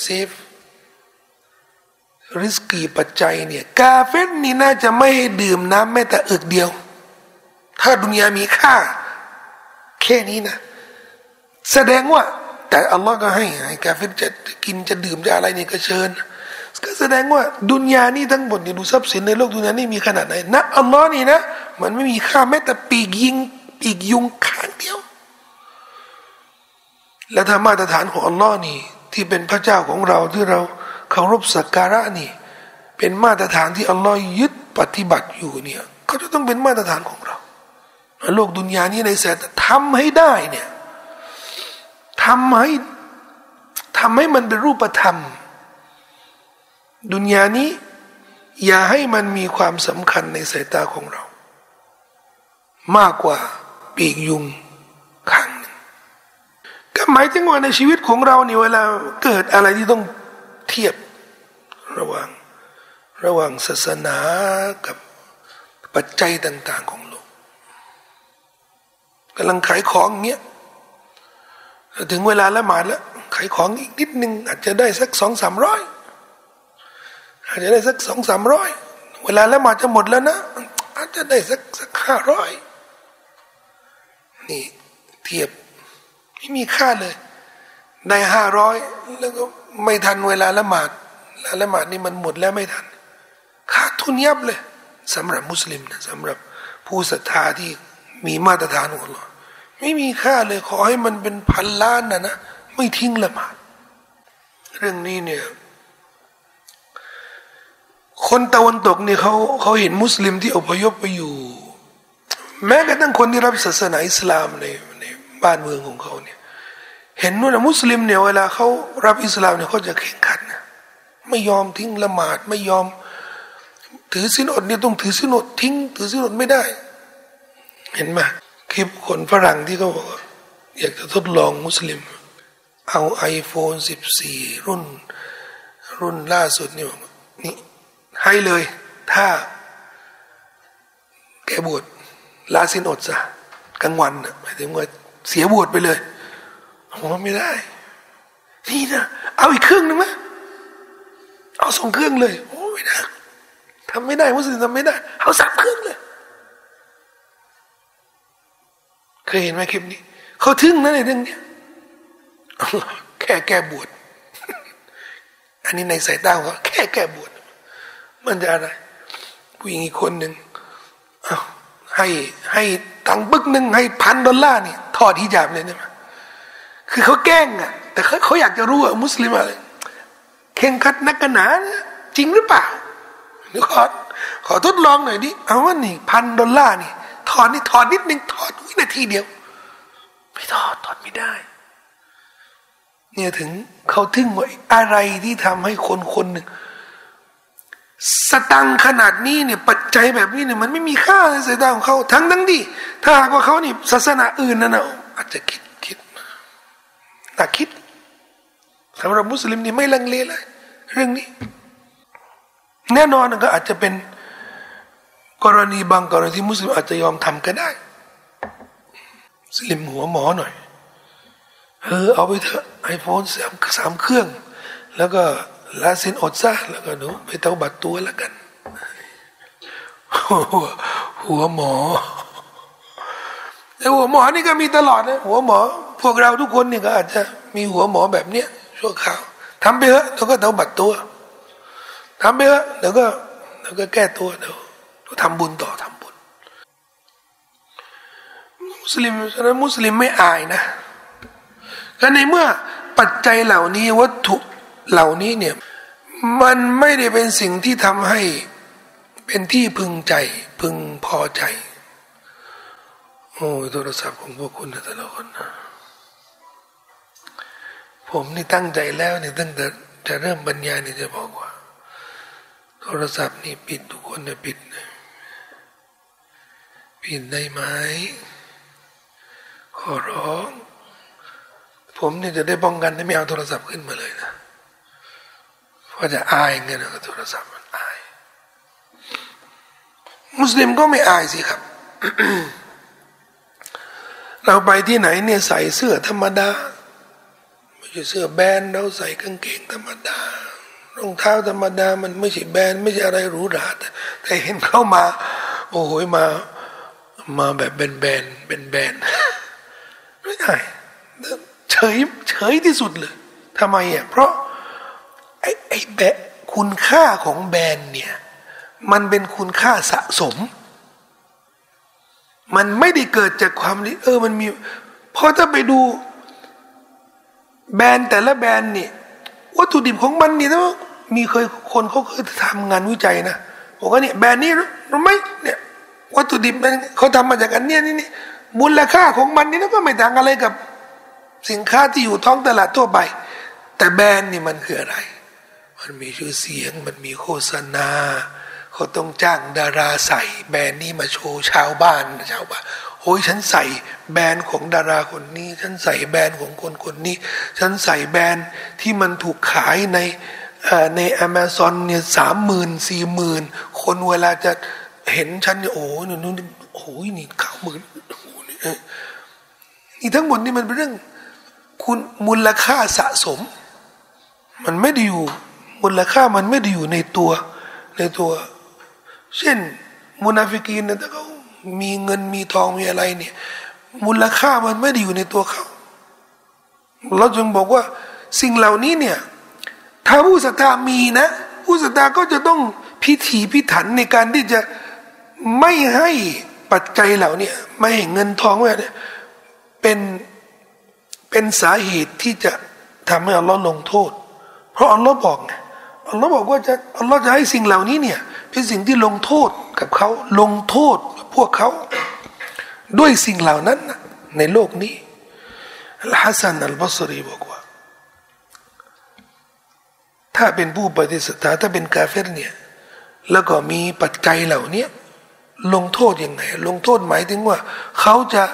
ริสกีปัจจัยเนี่ยกาเฟรนี่น่าจะไม่ให้ดื่มน้ำแม้แต่อึกเดียวถ้าดุนยามีค่าแค่นี้นะแสดงว่าแต่อัลลอฮ์ก็ให้กาเฟรจะกินจะดื่มจะอะไรนี่ก็เชิญก็แสดงว่าดุนยานี่ทั้งหมดนี่ดูทรัพย์สินในโลกดุนยานี่มีขนาดไหนนะอัลลอฮ์นี่นะมันไม่มีค่าแม้แต่ปีกยุงข้างเดียวและถ้ามาตรฐานของอัลลอฮ์นี่ที่เป็นพระเจ้าของเราที่เราเคารพสักการะนี่เป็นมาตรฐานที่อัลลอฮ์ยึดปฏิบัติอยู่เนี่ยเขาจะต้องเป็นมาตรฐานของเราโลกดุนยานี้ในแสนทำให้ได้เนี่ยทำให้มันเป็นรูปธรรมดุนยานี้อย่าให้มันมีความสำคัญในสายตาของเรามากกว่าปีกยุงข้างหนึ่งก็หมายถึงว่าในชีวิตของเราเนี่ยเวลาเกิดอะไรที่ต้องเทียบระหว่างศาสนากับปัจจัยต่างๆของโลกกำลังขายของเงี้ยถึงเวลาละหมาดแล้วขายของอีกนิดนึงอาจจะได้สัก200-300อาจจะได้สัก200-300เวลาละหมาดจะหมดแล้วนะอาจจะได้สัก500นี่เทียบไม่มีค่าเลยได้500แล้วก็ไม่ทันเวลาละหมาดนี่มันหมดแล้วไม่ทันขาดทุนยับเลยสำหรับมุสลิมนะสำหรับผู้ศรัทธาที่มีมาตรฐานของอัลลอฮ์ไม่มีค่าเลยขอให้มันเป็นพันล้านนะไม่ทิ้งละหมาดเรื่องนี้เนี่ยคนตะวันตกเนี่ยเขาเห็นมุสลิมที่อพยพไปอยู่แม้กระทั่งคนที่รับศาสนาอิสลามในบ้านเมืองของเขาเนี่ยเห็นว่ามุสลิมเนี่ยเวลาเขารับอิสลามเนี่ยเขาจะแข่งขันนะไม่ยอมทิ้งละหมาดไม่ยอมถือศีลอดเนี่ยต้องถือศีลอดทิ้งถือศีลอดไม่ได้เห็นไหมคลิปคนฝรั่งที่เขาบอกอยากจะทดลองมุสลิมเอา iPhone 14รุ่นล่าสุดนี่ให้เลยถ้าแกบวชลาศีลอดซะกลางวันนะหมายถึงว่าเสียบวชไปเลยผมว่าไม่ได้นี่นะเอาอีกเครื่องหนึ่งไหมเอา2 เครื่องเลยโอ้ไม่ได้ทำไม่ได้มุสลิมทำไม่ได้เอา3 เครื่องเลยเคยเห็นไหมคลิปนี้เขาทึ่งนะในเรื่องนี้แค่บวชอันนี้ในสายตาของเขาแค่บวชมันจะอะไรผู้หญิงอีกคนหนึ่งให้ตังค์บึกหนึ่งให้$1,000นี่ถอดฮิญาบเลยเนี่ยคือเขาแกล้งอ่ะแต่เขาอยากจะรู้ว่ามุสลิมอะไรเข่งขัดนักกันหนาจริงหรือเปล่าหรือขอทดลองหน่อยดิเอาว่านี่$1,000นี่ถอดนิดนึงถอดวินาทีเดียวไม่ถอดไม่ได้เนี่ยถึงเขาทึ่งว่าอะไรที่ทำให้คนหนึ่งสตังขนาดนี้เนี่ยปัจจัยแบบนี้เนี่ยมันไม่มีค่าในสายตาของเขาทั้งที่ถ้าหากว่าเขานี่ศาสนาอื่นนั่นนะอาจจะคิดน่าคิดสำหรับมุสลิมนี่ไม่ลังเลเลยเรื่องนี้แน่นอนก็อาจจะเป็นกรณีบางกรณีที่มุสลิมอาจจะยอมทำก็ได้มุสลิมหัวหมอหน่อยเอาไปเถอะiPhone 3 เครื่องแล้วก็ลาศีลอดซะแล้วก็ดูไปเตาบัตรตัวแล้วกันหัวหมอแต่หัวหมอนี่ก็มีตลอดนะหัวหมอพวกเราทุกคนนี่ก็อาจจะมีหัวหมอแบบเนี้ยชั่วคราวทำไปเถอะแล้วก็เตาบัตรตัวทำไปเถอะแล้วก็แก้ตัวเดี๋ยวทำบุญต่อทำบุญมุสลิมไม่อายนะก็ในเมื่อปัจจัยเหล่านี้วัตถุเหล่านี้เนี่ยมันไม่ได้เป็นสิ่งที่ทำให้เป็นที่พึงใจพึงพอใจโอ้โทรศัพท์ของพวกคุณแต่ละคนนะผมนี่ตั้งใจแล้วเนี่ยตั้งแต่จะเริ่มบรรยายนี่จะบอกว่าโทรศัพท์นี่ปิดทุกคนเนี่ยปิดได้ไหมขอร้องผมเนี่ยจะได้ป้องกันได้ไม่เอาโทรศัพท์ขึ้นมาเลยนะเพราะจะอายเงี้ยนะโทรศัพท์มันอายมุสลิมก็ไม่อายสิครับเราไปที่ไหนเนี่ยใส่เสื้อธรรมดาไม่ใช่เสื้อแบรนด์เราใส่กางเกงธรรมดารองเท้าธรรมดามันไม่ใช่แบรนด์ไม่ใช่อะไรหรูหราแต่เห็นเข้ามาโอ้โหมาแบบแบนไม่ได้เฉยที่สุดเลยทำไมอ่ะเพราะไอ้แบบคุณค่าของแบรนด์เนี่ยมันเป็นคุณค่าสะสมมันไม่ได้เกิดจากความมันมีพอถ้าไปดูแบรนด์แต่ละแบรนด์นี่วัตถุดิบของมันนี่นะมีคนเขาเคยทำงานวิจัยนะบอกว่าเนี่ยแบรนด์นี้รู้ไหมเนี่ยวัตถุดิบเขาทำมาจากอันนี่มูลค่าของมันนี่ก็ไม่ต่างอะไรกับสินค้าที่อยู่ท้องตลาดทั่วไปแต่แบรนด์นี่มันคืออะไรมันมีชื่อเสียงมันมีโฆษณาเขาต้องจ้างดาราใส่แบรนด์นี้มาโชว์ชาวบ้านโอ้ยฉันใส่แบรนด์ของดาราคนนี้ฉันใส่แบรนด์ของคนนี้ฉันใส่แบรนด์ที่มันถูกขายใน Amazon เนี่ย30,000 40,000คนเวลาจะเห็นฉันเนี่ยโอ้ยนู่นโอ้ยนี่90,000นี่ทั้งหมดนี่มันเป็นเรื่องคุณมูลค่าสะสมมันไม่ได้อยู่มูลค่ามันไม่ได้อยู่ในตัวเช่นมุนาฟิกีนเนี่ยถ้าเขามีเงินมีทองมีอะไรเนี่ยมูลค่ามันไม่ได้อยู่ในตัวเขาเราจึงบอกว่าสิ่งเหล่านี้เนี่ยถ้าผู้ศรัทธามีนะผู้ศรัทธาก็จะต้องพิถีพิถันในการที่จะไม่ให้ปัจจัยเหล่านี้ไม่ให้เงินทองเนี่ยเป็นสาเหตุที่จะทำให้อัลลอฮ์ลงโทษเพราะอัลลอฮ์บอกไงอัลลอฮ์บอกว่าอัลลอฮ์จะให้สิ่งเหล่านี้เนี่ยเป็นสิ่งที่ลงโทษกับเขาลงโทษพวกเขาด้วยสิ่งเหล่านั้นในโลกนี้อัลฮัสซันอัลบัศรีบอกว่าถ้าเป็นผู้ปฏิเสธถ้าเป็นกาเฟรเนี่ยแล้วก็มีปัจจัยเหล่านี้ลงโทษยังไงลงโทษหมายถึงว่าเขาจะ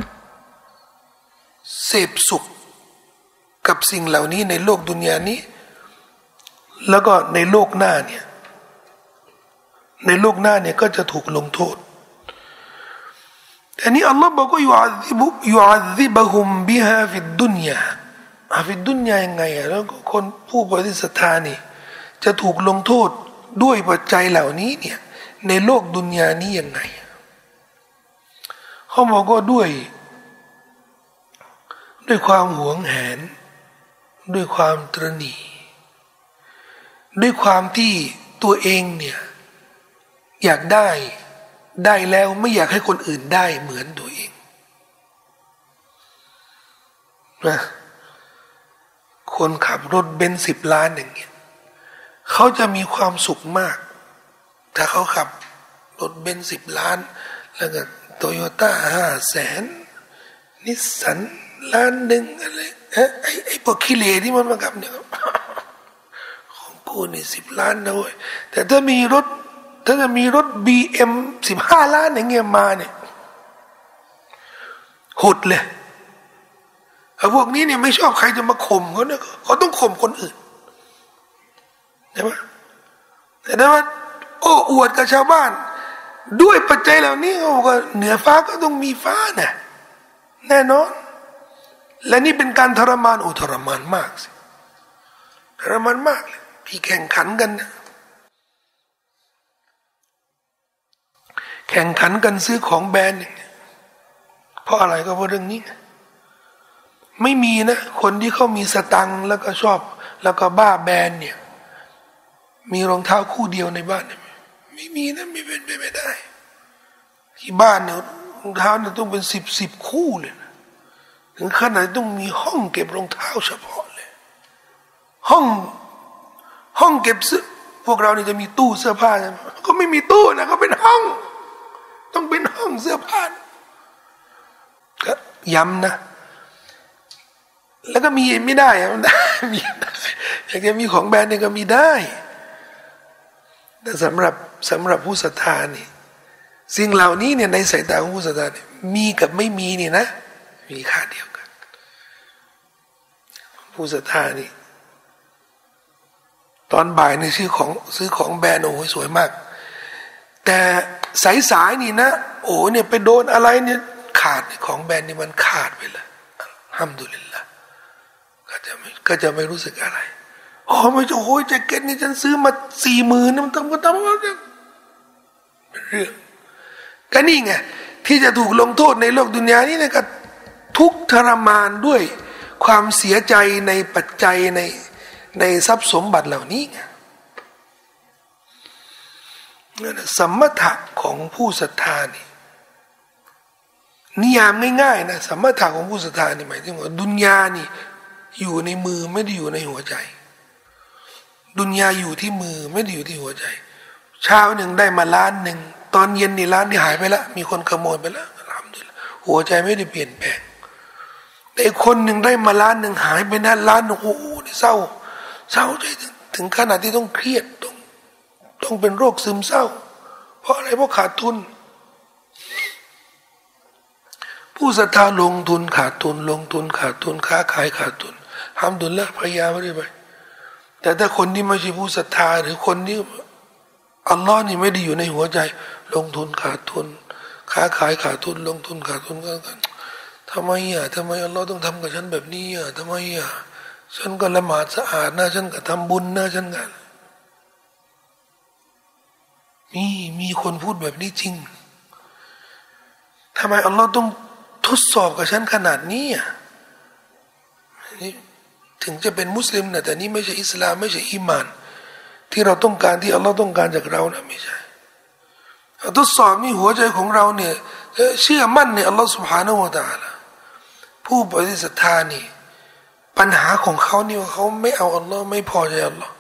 เสพสุขกับสิ่งเหล่านี้ในโลกดุนยานี้แล้วก็ในโลกหน้าเนี่ยก็จะถูกลงโทษอันนี้อัลลอฮ์บอกว่ายูอาซิบะฮุมบิฮาฟิดดุนยาฟิดดุนยายังไงแล้วคนผู้ปฏิเสธนี่จะถูกลงโทษด้วยปัจจัยเหล่านี้เนี่ยในโลกดุนยานี้ยังไงเขาบอกว่าด้วยความหวงแหนด้วยความตระหนี่ด้วยความที่ตัวเองเนี่ยอยากได้แล้วไม่อยากให้คนอื่นได้เหมือนตัวเองนะคนขับรถเบนซ์10 ล้านอย่างเงี้ยเขาจะมีความสุขมากถ้าเขาขับรถเบนซ์10 ล้านแล้วก็โตโยต้า500,000นิสสัน1,000,000อะไรไอ้พวกขี้เหร่ที่มันมากับเนี่ยของกูนี่10 ล้านนะเว้ยแต่ถ้าจะมีรถ BM 15 ล้านอย่างเงี้ยมาเนี่ยหดเลยพวกนี้เนี่ยไม่ชอบใครจะมาข่มเขาเนี่ยเขาต้องข่มคนอื่นใช่ไหมแต่ถ้าว่าโอ้อวดกับชาวบ้านด้วยปัจจัยเหล่านี้เขาบอกว่าเหนือฟ้าก็ต้องมีฟ้านะแน่นอนและนี่เป็นการทรมานทรมานมากสิทรมานมากเลยพี่แข่งขันกันนะแข่งขันกันซื้อของแบรนด์เพราะอะไรก็เพราะเรื่องนี้ไม่มีนะคนที่เขามีสตังค์แล้วก็ชอบแล้วก็บ้าแบรนด์เนี่ยมีรองเท้าคู่เดียวในบ้านเนี่ยไม่มีนะไม่เป็นไปไม่ได้ที่บ้านเนี่ยรองเท้าเนี่ยต้องเป็นสิบคู่เลยนะถึงขนาดต้องมีห้องเก็บรองเท้าเฉพาะเลยห้องเก็บเสื้อพวกเรานี่จะมีตู้เสื้อผ้าใช่ไหมก็ไม่มีตู้นะก็เป็นห้องต้องเป็นห้องเสื้อผ้าก็ย้ำนะแล้วก็มีไม่ได้มันได้มีได้อยากจะมีของแบรนด์เนี่ยก็มีได้แต่สำหรับผู้ศรัทธานี่สิ่งเหล่านี้เนี่ยในสายตาของผู้ศรัทธาเนี่ยมีกับไม่มีนี่นะมีค่าเดียวกันผู้ศรัทธานี่ตอนบ่ายในซื้อของแบรนด์โอ้ยสวยมากแต่สายนี่นะโโอ้เนี่ยไปโดนอะไรเนี่ยขาดของแบรนด์นี่มันขาดไปเลยห้ามดุลิลละก็จะไม่รู้สึกอะไรโอ้ไม่จะโอ้ยแจ็คเก็ตนี่ฉันซื้อมา40,000นี่มันต้องเป็นเรื่องก็นี่ไงที่จะถูกลงโทษในโลกดุนยานี่นะก็ทุกข์ทรมานด้วยความเสียใจในปัจจัยในทรัพย์สมบัติเหล่านี้ไงนั่นนะสมถะของผู้ศรัทธานี่นิยามง่ายๆนะสมถะของผู้ศรัทธานี่หมายถึงว่าดุนยานี่อยู่ในมือไม่ได้อยู่ในหัวใจดุนยาอยู่ที่มือไม่ได้อยู่ที่หัวใจเช้าหนึ่งได้มา1,000,000ตอนเย็นนี่ล้านนี่หายไปแล้วมีคนขโมยไปแล้วหัวใจไม่ได้เปลี่ยนแปลงแต่คนหนึ่งได้มา1,000,000หายไปนั้น1,000,000โอ้โหนี่เศร้าใจถึงขนาดที่ต้องเครียดต้องเป็นโรคซึมเศร้าเพราะอะไรเพราะขาดทุนผู้ศรัทธาลงทุนขาดทุนลงทุนขาดทุนค้าขายขาดทุนห้ามดุลละพยายามไม่ได้ไปแต่ถ้าคนที่ไม่ใช่ผู้ศรัทธาหรือคนที่อัลลอฮ์นี่ไม่ได้อยู่ในหัวใจลงทุนขาดทุนค้าขายขาดทุนลงทุนขาดทุนกันทำไมอัลลอฮ์ต้องทำกับฉันแบบนี้ทำไมฉันก็ละหมาดสะอาดนะฉันก็ทำบุญนะฉันก็มีคนพูดแบบนี้จริงทำไมอัลลอฮ์ต้องทดสอบกับฉันขนาดนี้ถึงจะเป็นมุสลิมนะแต่นี่ไม่ใช่อิสลามไม่ใช่อีหม่านที่เราต้องการที่อัลลอฮ์ต้องการจากเรานะไม่ใช่ทดสอบนี่หัวใจของเราเนี่ยเชื่อมั่นในอัลลอฮ์ سبحانه และ تعالى ผู้ปฏิเสธศรัทธานี่ปัญหาของเขานี่ว่าเขาไม่เอาอัลลอฮ์ไม่พอใจอัลลอฮ์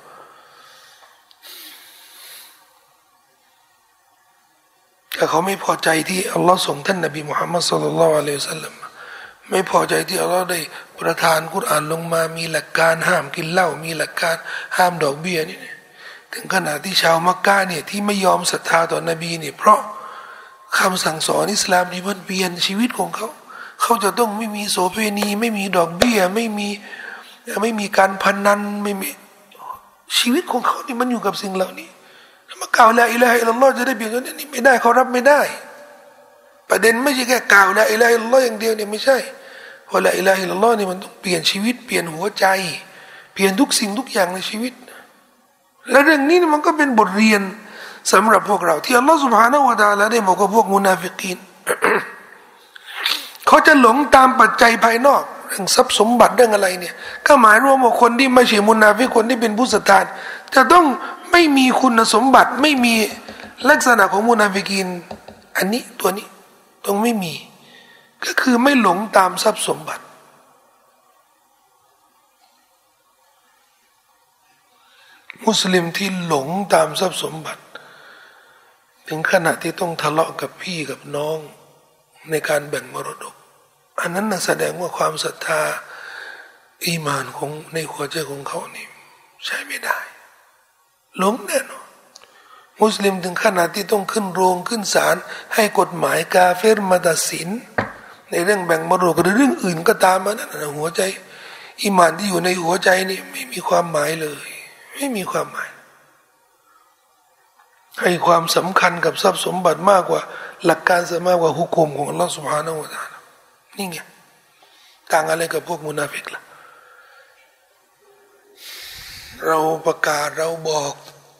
แต่เขาไม่พอใจที่อัลลอฮ์ส่งท่านนบีมุฮัมมัดศ็อลลัลลอฮุอะลัยฮิวะซัลลัมไม่พอใจที่อัลลอฮ์ได้ประทานกุรอานลงมามีหลักการห้ามกินเหล้ามีหลักการห้ามดอกเบี้ยนี่ถึงขนาดที่ชาวมักกะเนี่ยที่ไม่ยอมศรัทธาต่อนบีเนี่ยเพราะคำสั่งสอนอิสลามที่มันเปลี่ยนชีวิตของเขาจะต้องไม่มีโสเภณีไม่มีดอกเบี้ยไม่มีการพนันไม่มีชีวิตของเขานี่มันอยู่กับสิ่งเหล่านี้มากล่าวละอิลาฮะอิลลัลลอฮ์จะได้เปลี่ยนนี่ไม่ได้เขารับไม่ได้ประเด็นไม่ใช่แค่กล่าวละอิลาฮะอิลลัลลอฮ์อย่างเดียวเนี่ยไม่ใช่เพราะละอิลาฮะอิลลัลลอฮ์นี่มันต้องเปลี่ยนชีวิตเปลี่ยนหัวใจเปลี่ยนทุกสิ่งทุกอย่างในชีวิตและเรื่องนี้มันก็เป็นบทเรียนสำหรับพวกเราที่อัลลอฮฺ سبحانه และ تعالى ได้บอกกับพวกมุนาฟิกีน เขาจะหลงตามปัจจัยภายนอกเรื่องทรัพย์สมบัติเรื่องอะไรเนี่ยก็หมายรวมว่าคนที่ไม่ใช่มุนาฟิกคนที่เป็นผู้ศรัทธาจะต้องไม่มีคุณสมบัติไม่มีลักษณะของมุนาฟิกีนอันนี้ตัวนี้ต้องไม่มีก็คือไม่หลงตามทรัพย์สมบัติมุสลิมที่หลงตามทรัพย์สมบัติถึงขณะที่ต้องทะเลาะกับพี่กับน้องในการแบ่งมรดกอันนั้นน่ะแสดงว่าความศรัทธาอีหม่านของในหัวใจของเขานี่ใช้ไม่ได้หลงแน่นอนมุสลิมถึงขนาดที่ต้องขึ้นโรงขึ้นศาลให้กฎหมายกาเฟรมาตัดสินในเรื่องแบ่งมรดกหรือเรื่องอื่นก็ตามมานั่นนะหัวใจอีหม่านที่อยู่ในหัวใจนี่ไม่มีความหมายเลยไม่มีความหมายให้ความสำคัญกับทรัพย์สมบัติมากกว่าหลักการมากกว่าฮุกมของอัลลอฮฺ سبحانه และ تعالى นี่ไงต่างอะไรกับพวกมุนาฟิกล่ะเราประกาศเราบอก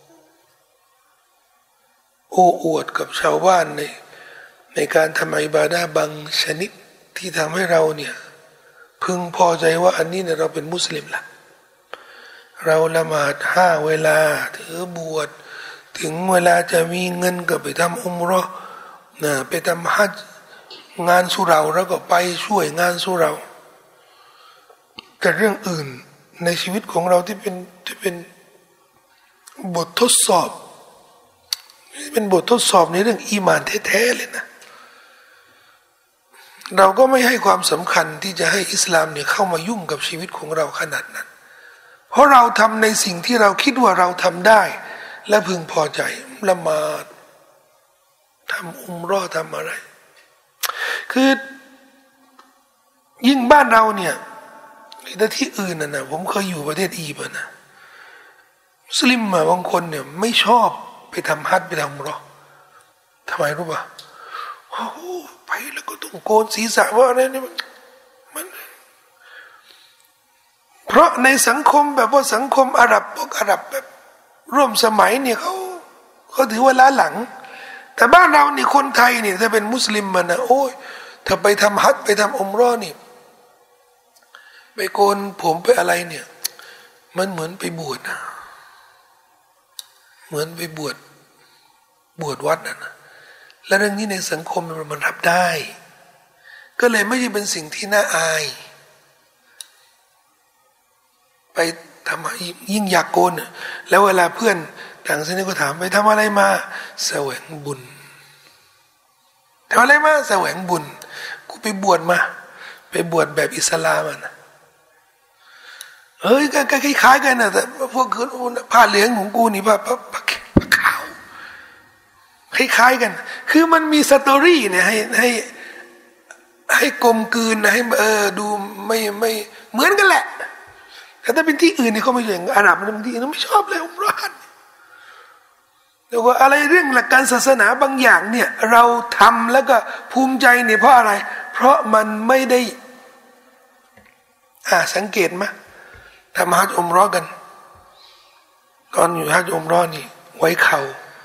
โอ้อวดกับชาวบ้านในการทำอิบาดะห์บางชนิดที่ทำให้เราเนี่ยพึงพอใจว่าอันนี้เนี่ยเราเป็นมุสลิมละเราละหมาด5 เวลาถือบวชถึงเวลาจะมีเงินก็ไปทำอุมเราะห์นะไปทำฮัจญ์งานสุเราแล้วก็ไปช่วยงานสุเราแต่เรื่องอื่นในชีวิตของเราที่เป็นบททดสอบเป็นบททดสอบในเรื่องอีหม่านแท้ๆเลยนะเราก็ไม่ให้ความสำคัญที่จะให้อิสลามเนี่ยเข้ามายุ่งกับชีวิตของเราขนาดนั้นเพราะเราทำในสิ่งที่เราคิดว่าเราทำได้และพึงพอใจละหมาดทำอุมเราะห์ทำอะไรคือยิ่งบ้านเราเนี่ยแต่ที่อื่นนะผมเคยอยู่ประเทศอียิปต์นะมุสลิมบางคนเนี่ยไม่ชอบไปทำฮัจญ์ไปทำอุมเราะห์ทำไมรู้ป่ะโอ้ไปแล้วก็ต้องโกนศีรษะว่าอะไรนี่มันเพราะในสังคมแบบว่าสังคมอาหรับพวกอาหรับแบบร่วมสมัยเนี่ยเขาถือว่าล้าหลังแต่บ้านเรานี่คนไทยนี่ถ้าเป็นมุสลิมมันนะโอ้ยถ้าไปทำฮัจญ์ไปทำอุมเราะห์นี่ไปโกนผมไปอะไรเนี่ยมันเหมือนไปบวชนะเหมือนไปบวชวัดนะและเรื่องนี้ในสังคมมันรับได้ก็เลยไม่ใช่เป็นสิ่งที่น่าอายไปทำยิ่งอยากโกนแล้วเวลาเพื่อนต่างศาสนาก็ถามไปทำอะไรมาแสวงบุญทำอะไรมาแสวงบุญกูไปบวชมาไปบวชแบบอิสลามนะเฮ้ยก็คล้ายๆกันนะแต่พวกคือผ้าเหลืองของกูนี่ผ้าขาวคล้ายๆกันคือมันมีสตอรี่เนี่ยให้กลมกลืนให้ดูไม่เหมือนกันแหละแต่ถ้าเป็นที่อื่นนี่เขาไม่อย่างอาหรับบางทีเขาไม่ชอบเลยอุมเราะห์แล้วก็อะไรเรื่องหลักการศาสนาบางอย่างเนี่ยเราทำแล้วก็ภูมิใจเนี่ยเพราะอะไรเพราะมันไม่ได้สังเกตไหมทำฮัจญ์อุมเราะห์กันตอนอยู่ฮัจญ์อุมเราะห์นี่ไว้เข่า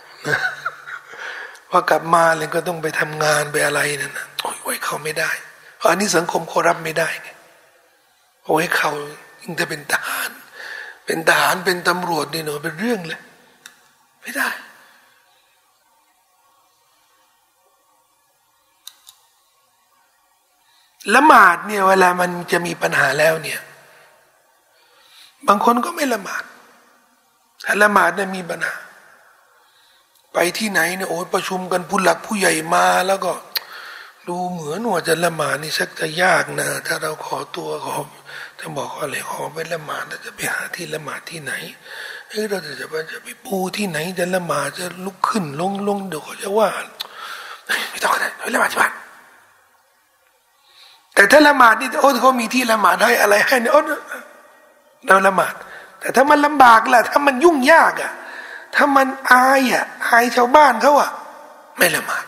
พอกลับมาเลยก็ต้องไปทำงานไปอะไรนั่นนะไว้เข่าไม่ได้เพราะอันนี้สังคมเขารับไม่ได้ไงไว้เข่ายิ่งจะเป็นทหารเป็นตำรวจนี่เนาะเป็นเรื่องเลยไม่ได้ละหมาดเนี่ยเวลามันจะมีปัญหาแล้วเนี่ยบางคนก็ไม่ละหมาดถ้าละหมาดเนี่ยมีปัญหาไปที่ไหนเนี่ยโอ้ยประชุมกันผู้หลักผู้ใหญ่มาแล้วก็ดูเหมือนว่าจะละหมาดนี่ชักจะยากนะถ้าเราขอตัวจะบอกอะไรขอไปละหมาดเราจะไปหาที่ละหมาดที่ไหนเราจะไปปูที่ไหนจะละหมาดจะลุกขึ้นลงเดี๋ยวเขาจะว่าไม่ต้องกันไปละหมาดที่บ้านแต่ถ้าละหมาดนี่โอ้เขามีที่ละหมาดให้อะไรให้เนี่ยโอ้เราละหมาดแต่ถ้ามันลำบากล่ะถ้ามันยุ่งยากถ้ามันอายชาวบ้านเขาไม่ละหมาด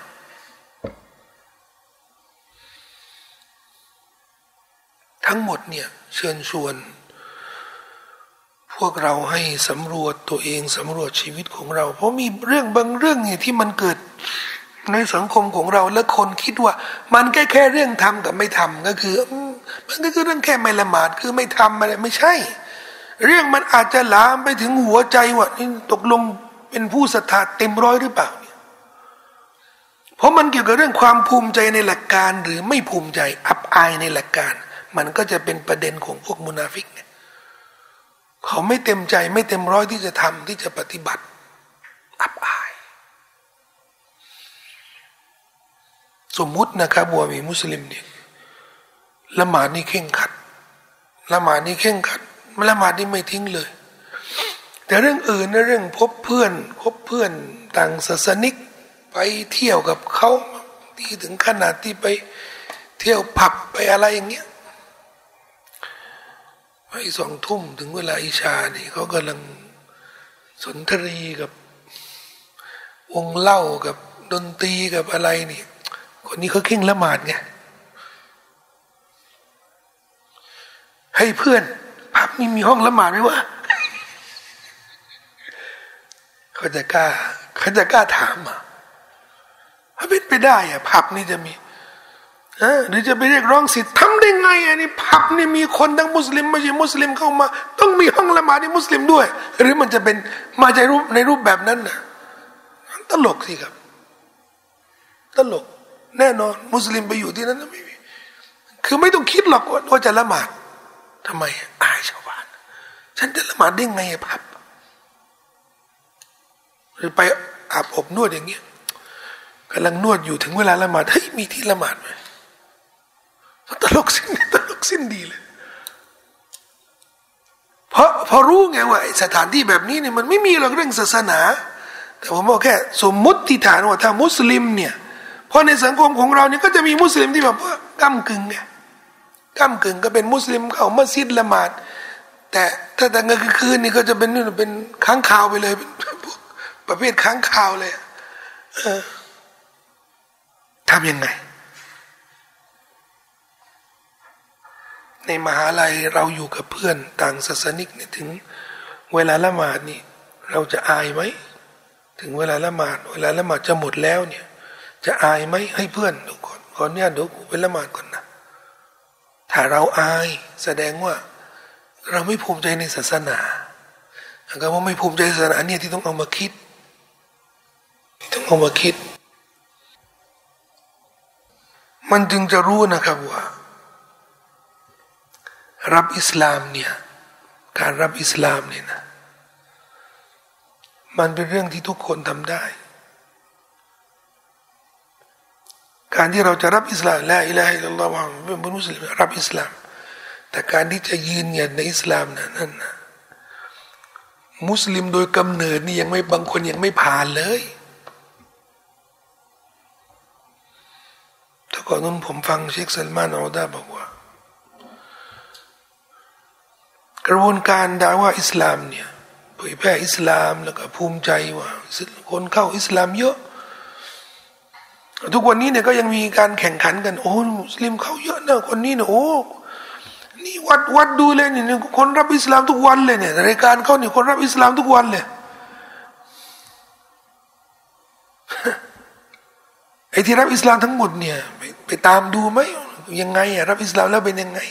ทั้งหมดเนี่ยเชิญชวนพวกเราให้สำรวจตัวเองสำรวจชีวิตของเราเพราะมีเรื่องบางเรื่องเนี่ยที่มันเกิดในสังคมของเราและคนคิดว่ามันแค่เรื่องทำกับไม่ทำก็คือมันก็คือเรื่องแค่ไม่ละหมาดคือไม่ทำอะไรไม่ใช่เรื่องมันอาจจะลามไปถึงหัวใจว่านี่ตกลงเป็นผู้ศรัทธาเต็มร้อยหรือเปล่าเนี่ยเพราะมันเกี่ยวกับเรื่องความภูมิใจในหลักการหรือไม่ภูมิใจอับอายในหลักการมันก็จะเป็นประเด็นของพวกมุนาฟิกเนี่ยเขาไม่เต็มใจไม่เต็มร้อยที่จะทำที่จะปฏิบัติอับอายสมมุตินะครับว่ามีมุสลิมเนี่ยละหมาดนี่เข่งขัดละหมาดนี่เข่งขัดละหมาดนี่ไม่ทิ้งเลยแต่เรื่องอื่นนะเรื่องคบเพื่อนต่างศาสนิกไปเที่ยวกับเขาที่ถึงขนาดที่ไปเที่ยวผับไปอะไรอย่างเงี้ยไป20:00 ถึงเวลาอิชานี่เขากำลังสนทรีกับวงเล่ากับดนตรีกับอะไรนี่คนนี้เขาเข่งละหมาดไงให้เพื่อนผับนี่มีห้องละหมาดไหมวะเขาจะกล้าถามถ้าเป็นไปได้ผับนี่จะมีหรือจะไปเรียกร้องสิทธิ์ทำได้ไงนี่ผับนี่มีคนทั้งมุสลิมไม่ใช่มุสลิมเข้ามาต้องมีห้องละหมาดที่มุสลิมด้วยหรือมันจะเป็นมาในรูปแบบนั้นนะตลกสิครับตลกแน่นอนมุสลิมไปอยู่ที่นั้นไม่มีคือไม่ต้องคิดหรอกว่าจะละหมาดทำไมอายชาวบ้านฉันจะละหมาดได้ไงผับหรือไปอาบอบนวดอย่างเงี้ยกำลังนวดอยู่ถึงเวลาละหมาดเฮ้ยมีที่ละหมาดไหมตลกสิ้นดีเลยเพราะรู้ไงว่าสถานที่แบบนี้เนี่ยมันไม่มีหรอกเรื่องศาสนาแต่ผมบอกแค่สมมุติฐานว่าถ้ามุสลิมเนี่ยเพราะในสังคมของเราเนี่ยก็จะมีมุสลิมที่แบบว่าก้ำกึ่งไงก้ำกึ่งก็เป็นมุสลิมเข้ามัสยิดละหมาดแต่ถ้าแต่กลางคืนนี่ก็จะเป็นค้างคาวไปเลยเป็นประเภทค้างคาวเลยทำยังไงในมหาลัยเราอยู่กับเพื่อนต่างศาสนิกเนี่ยถึงเวลาละหมาดนี่เราจะอายไหมถึงเวลาละหมาดจะหมดแล้วเนี่ยจะอายไหมให้เพื่อนเดี๋ยวก่อนเนี่ยเดี๋ยวไปละหมาดก่อนนะถ้าเราอายแสดงว่าเราไม่ภูมิใจในศาสนาก็ว่าไม่ภูมิใจศาสนาเนี่ยที่ต้องเอามาคิดมันจึงจะรู้นะครับว่ารับอิสลามเนี่ยการรับอิสลามเนี่ยนะมันเป็นเรื่องที่ทุกคนทำได้การที่เราจะรับอิสลามละอิลาฮะอิลลัลลอฮ์เป็นมุสลิมรับอิสลามแต่การที่จะยืนหยัดในอิสลามนั่นนะมุสลิมโดยกำเนิดนี่ยังไม่บางคนยังไม่ผ่านเลยแต่ก่อนนั้นผมฟังเชคซัลมานอัลดาบอกว่ากระบวนการด่าว่าอิสลามเนี่ยเผยแพร่อิสลามแล้วก็ภูมิใจว่าคนเข้าอิสลามเยอะทุกวันนี้เนี่ยก็ยังมีการแข่งขันกันโอ้มุสลิมเข้าเยอะนะคนนี้เนี่ยโอ้นี่วัดดูเลยเนี่ยคนรับอิสลามทุกวันเลยเนี่ยรายการเขาเนี่ยคนรับอิสลามทุกวันเลยไอ้ที่รับอิสลามทั้งหมดเนี่ยไปตามดูไหมยังไงอะรับอิสลามแล้วเป็นยังไง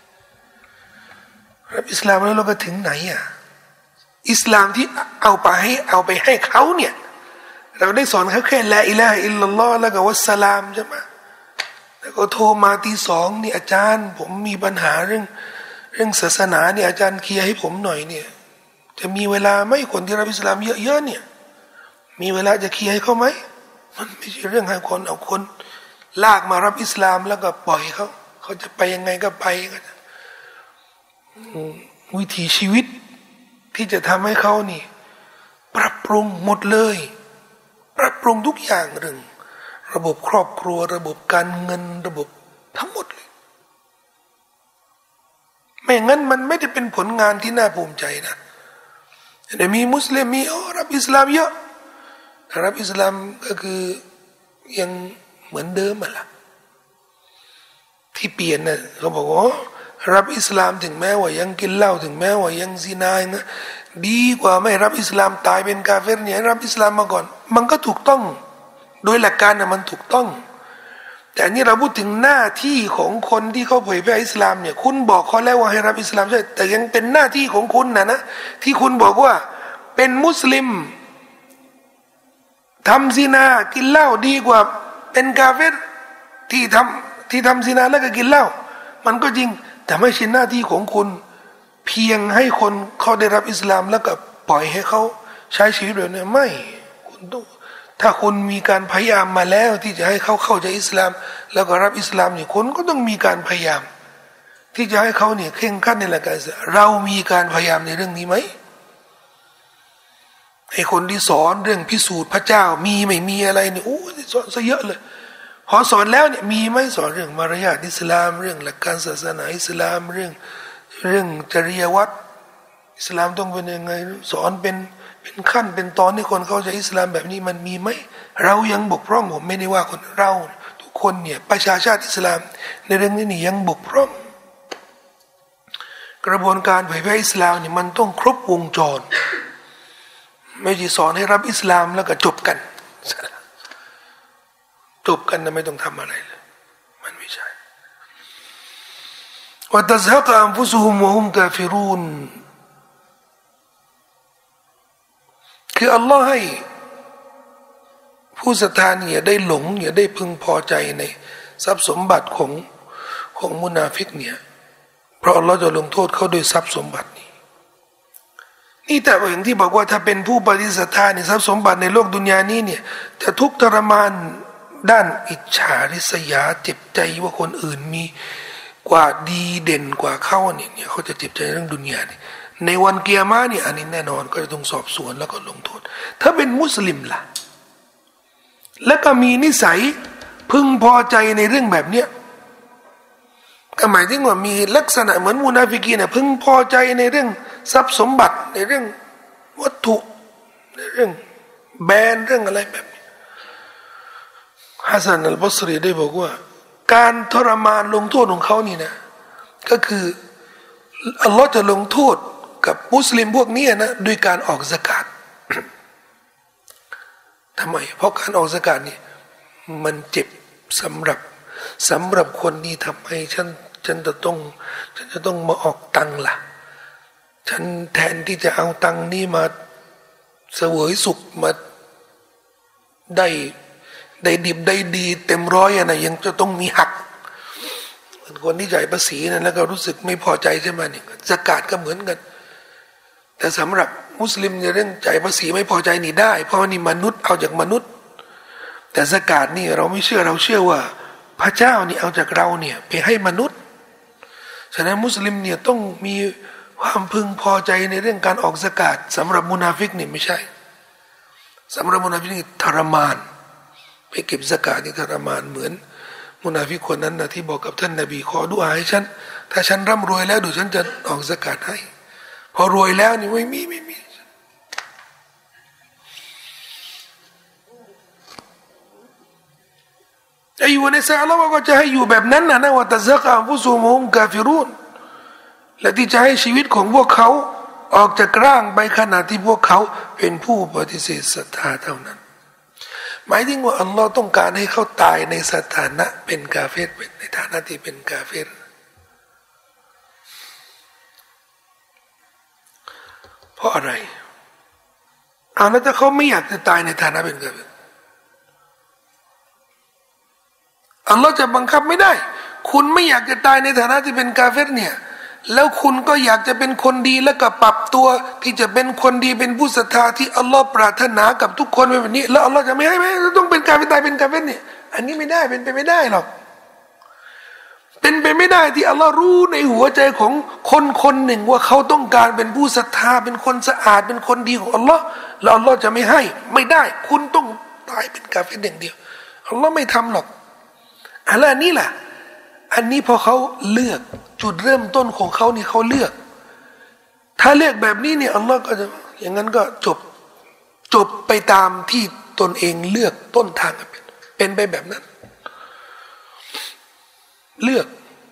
รับอิสลามแล้วเราก็ถึงไหนอ่ะอิสลามที่เอาไปให้เขาเนี่ยเราได้สอนเขาแค่ละอิลาฮะอิลลัลลอฮ์แล้วก็วัสสลามใช่ไหมแล้วก็โทรมาตี 2นี่อาจารย์ผมมีปัญหาเรื่องศาสนาเนี่ยอาจารย์เคลียร์ให้ผมหน่อยเนี่ยจะมีเวลาไหมคนที่รับอิสลามเยอะๆเนี่ยมีเวลาจะเคลียร์ให้เขาไหมมันไม่ใช่เรื่องให้คนเอาคนลากมารับอิสลามแล้วก็ปล่อยเขาจะไปยังไงก็ไปกันวิถีชีวิตที่จะทำให้เขานี่ปรับปรุงหมดเลยปรับปรุงทุกอย่างเรื่องระบบครอบครัวระบบการเงินระบบทั้งหมดเลยไม่งั้นมันไม่ได้เป็นผลงานที่น่าภูมิใจนะแต่มีมุสลิมมีรับอิสลามเยอะรับอิสลามก็คือยังเหมือนเดิมอ่ะล่ะที่เปลี่ยนน่ะเขาบอกว่ารับอิสลามถึงแม้ว่ายังกินเหล้าถึงแม้ว่ายังซินานะดีกว่าไม่รับอิสลามตายเป็นกาเฟรเนี่ยรับอิสลามมาก่อนมันก็ถูกต้องโดยหลักการนะมันถูกต้องแต่อันนี้เราพูดถึงหน้าที่ของคนที่เขาเผยแพร่อิสลามเนี่ยคุณบอกเขาแล้วว่าให้รับอิสลามใช่แต่ยังเป็นหน้าที่ของคุณนะที่คุณบอกว่าเป็นมุสลิมทำซินากินเหล้าดีกว่าเป็นกาเฟรที่ทำซินาแล้วก็กินเหล้ามันก็จริงแต่ไม่ใช่หน้าที่ของคุณเพียงให้คนเขาได้รับอิสลามแล้วก็ปล่อยให้เขาใช้ชีวิตแบบนี้ไม่คุณต้องถ้าคุณมีการพยายามมาแล้วที่จะให้เขาเข้าใจอิสลามแล้วก็รับอิสลามเนี่ยคุณก็ต้องมีการพยายามที่จะให้เขาเนี่ยเคร่งครัดในหลักการเรามีการพยายามในเรื่องนี้ไหมให้คนที่สอนเรื่องพิสูจน์พระเจ้ามีไม่มีอะไรเนี่ยโอ้สอนซะเยอะเลยพอสอนแล้วเนี่ยมีไหมสอนเรื่องมารยาทอิสลามเรื่องหลักการศาสนาอิสลามเรื่องจริยวัตรอิสลามต้องเป็นยังไงสอนเป็นขั้นเป็นตอนที่คนเข้าใจอิสลามแบบนี้มันมีไหมเรายังบกพร่องผมไม่ได้ว่าคนเราทุกคนเนี่ยประชาชาติอิสลามในเรื่องนี้นี่ยังบกพร่องกระบวนการเผยแพร่อิสลามเนี่ยมันต้องครบวงจรไม่ใช่สอนให้รับอิสลามแล้วก็จบกันนะไม่ต้องทำอะไรเลยมันไม่ใช่ว่าตัซฮะกะอันฟุซุฮุมวะฮุมกาฟิรูนคืออัลลอฮ์ให้ผู้ศรัทธาอย่าได้หลงอย่าได้พึงพอใจในทรัพย์สมบัติของมุนาฟิกเนี่ยเพราะอัลลอฮ์จะลงโทษเขาด้วยทรัพย์สมบัตินี่แต่อย่างที่บอกว่าถ้าเป็นผู้ปฏิเสธศรัทธาเนี่ยทรัพย์สมบัติในโลกดุนยานี้เนี่ยจะทุกข์ทรมานด้านอิจฉาริษยาเจ็บใจว่าคนอื่นมีกว่าดีเด่นกว่าเขาเนี่ยเขาจะเจ็บใจเรื่องดุนยานี่ในวันเกียร์มาเนี่ยอันนี้แน่นอนก็จะต้องสอบสวนแล้วก็ลงโทษถ้าเป็นมุสลิมล่ะแล้วก็มีนิสัยพึงพอใจในเรื่องแบบเนี้ยก็หมายถึงว่ามีลักษณะเหมือนมุนาฟิกีนพึงพอใจในเรื่องทรัพย์สมบัติในเรื่องวัตถุในเรื่องแบรนด์เรื่องอะไรแบบนี้ฮัสซันอัลบัสรีได้บอกว่าการทรมานลงโทษของเขานี่นะก็คืออัลลอฮ์จะลงโทษกับมุสลิมพวกนี้นะด้วยการออกซะกาตทำไมเพราะการออกซะกาตนี่มันเจ็บสำหรับคนนี้ทำไมฉันจะต้องมาออกตังค์ล่ะฉันแทนที่จะเอาตังค์นี้มาเสวยสุขมาได้ดิบได้ดีเต็มร้อยนะยังจะต้องมีหักคนที่จ่ายภาษีนะแล้วก็รู้สึกไม่พอใจใช่ไหมเนี่ยซะกาตก็เหมือนกันแต่สำหรับมุสลิมในเรื่องจ่ายภาษีไม่พอใจนี่ได้เพราะว่านี่มนุษย์เอาจากมนุษย์แต่ซะกาตนี่เราไม่เชื่อเราเชื่อว่าพระเจ้านี่เอาจากเราเนี่ยไปให้มนุษย์ฉะนั้นมุสลิมเนี่ยต้องมีความพึงพอใจในเรื่องการออกซะกาตสำหรับมุนาฟิกนี่ไม่ใช่สำหรับมุนาฟิกนี่ทรมานไปเก็บซะกาตนี่ทรมานเหมือนมุนาฟิกคนนั้นนะที่บอกกับท่านนบีขอดุอาให้ฉันถ้าฉันร่ำรวยแล้วเดี๋ยวฉันจะออกซะกาตให้พอรวยแล้วนี่ไม่มีจะอยู่ในสายAllahก็จะให้อยู่แบบนั้นนะว่าตะซักอันฟุซุมุมกาฟิรุนและที่จะให้ชีวิตของพวกเขาออกจากร่างไปขณะที่พวกเขาเป็นผู้ปฏิเสธศรัทธาเท่านั้นหมายถึงว่าอัลลอฮ์ต้องการให้เขาตายในสถานะเป็นกาเฟรเป็นในฐานะที่เป็นกาเฟรเพราะอะไรแล้วถ้าเขาไม่อยากจะตายในฐานะเป็นกาเฟรอัลลอฮ์จะบังคับไม่ได้คุณไม่อยากจะตายในฐานะที่เป็นกาเฟรเนี่ยแล้วคุณก็อยากจะเป็นคนดีแล้วก็ปรับตัวที่จะเป็นคนดีเป็นผู้ศรัทธาที่อัลลอฮ์ปรารถนากับทุกคนแบบนี้แล้วอัลลอฮ์จะไม่ให้ไหมต้องเป็นกาเฟรตายเป็นกาเฟรเนี่ยอันนี้ไม่ได้เป็นไปไม่ได้หรอกเป็นไปไม่ได้ที่อัลลอฮ์รู้ในหัวใจของคนหนึ่งว่าเขาต้องการเป็นผู้ศรัทธาเป็นคนสะอาดเป็นคนดีของอัลลอฮ์แล้วอัลลอฮ์จะไม่ให้ไม่ได้คุณต้องตายเป็นกาเฟรอย่างเดียวอัลลอฮ์ไม่ทำหรอกอะไรนี่แหละอันนี้พอเขาเลือกจุดเริ่มต้นของเขานี่เขาเลือกถ้าเลือกแบบนี้เนี่ยอัลลอฮ์ก็จะอย่างนั้นก็จบไปตามที่ตนเองเลือกต้นทางเป็นไปแบบนั้นเลือก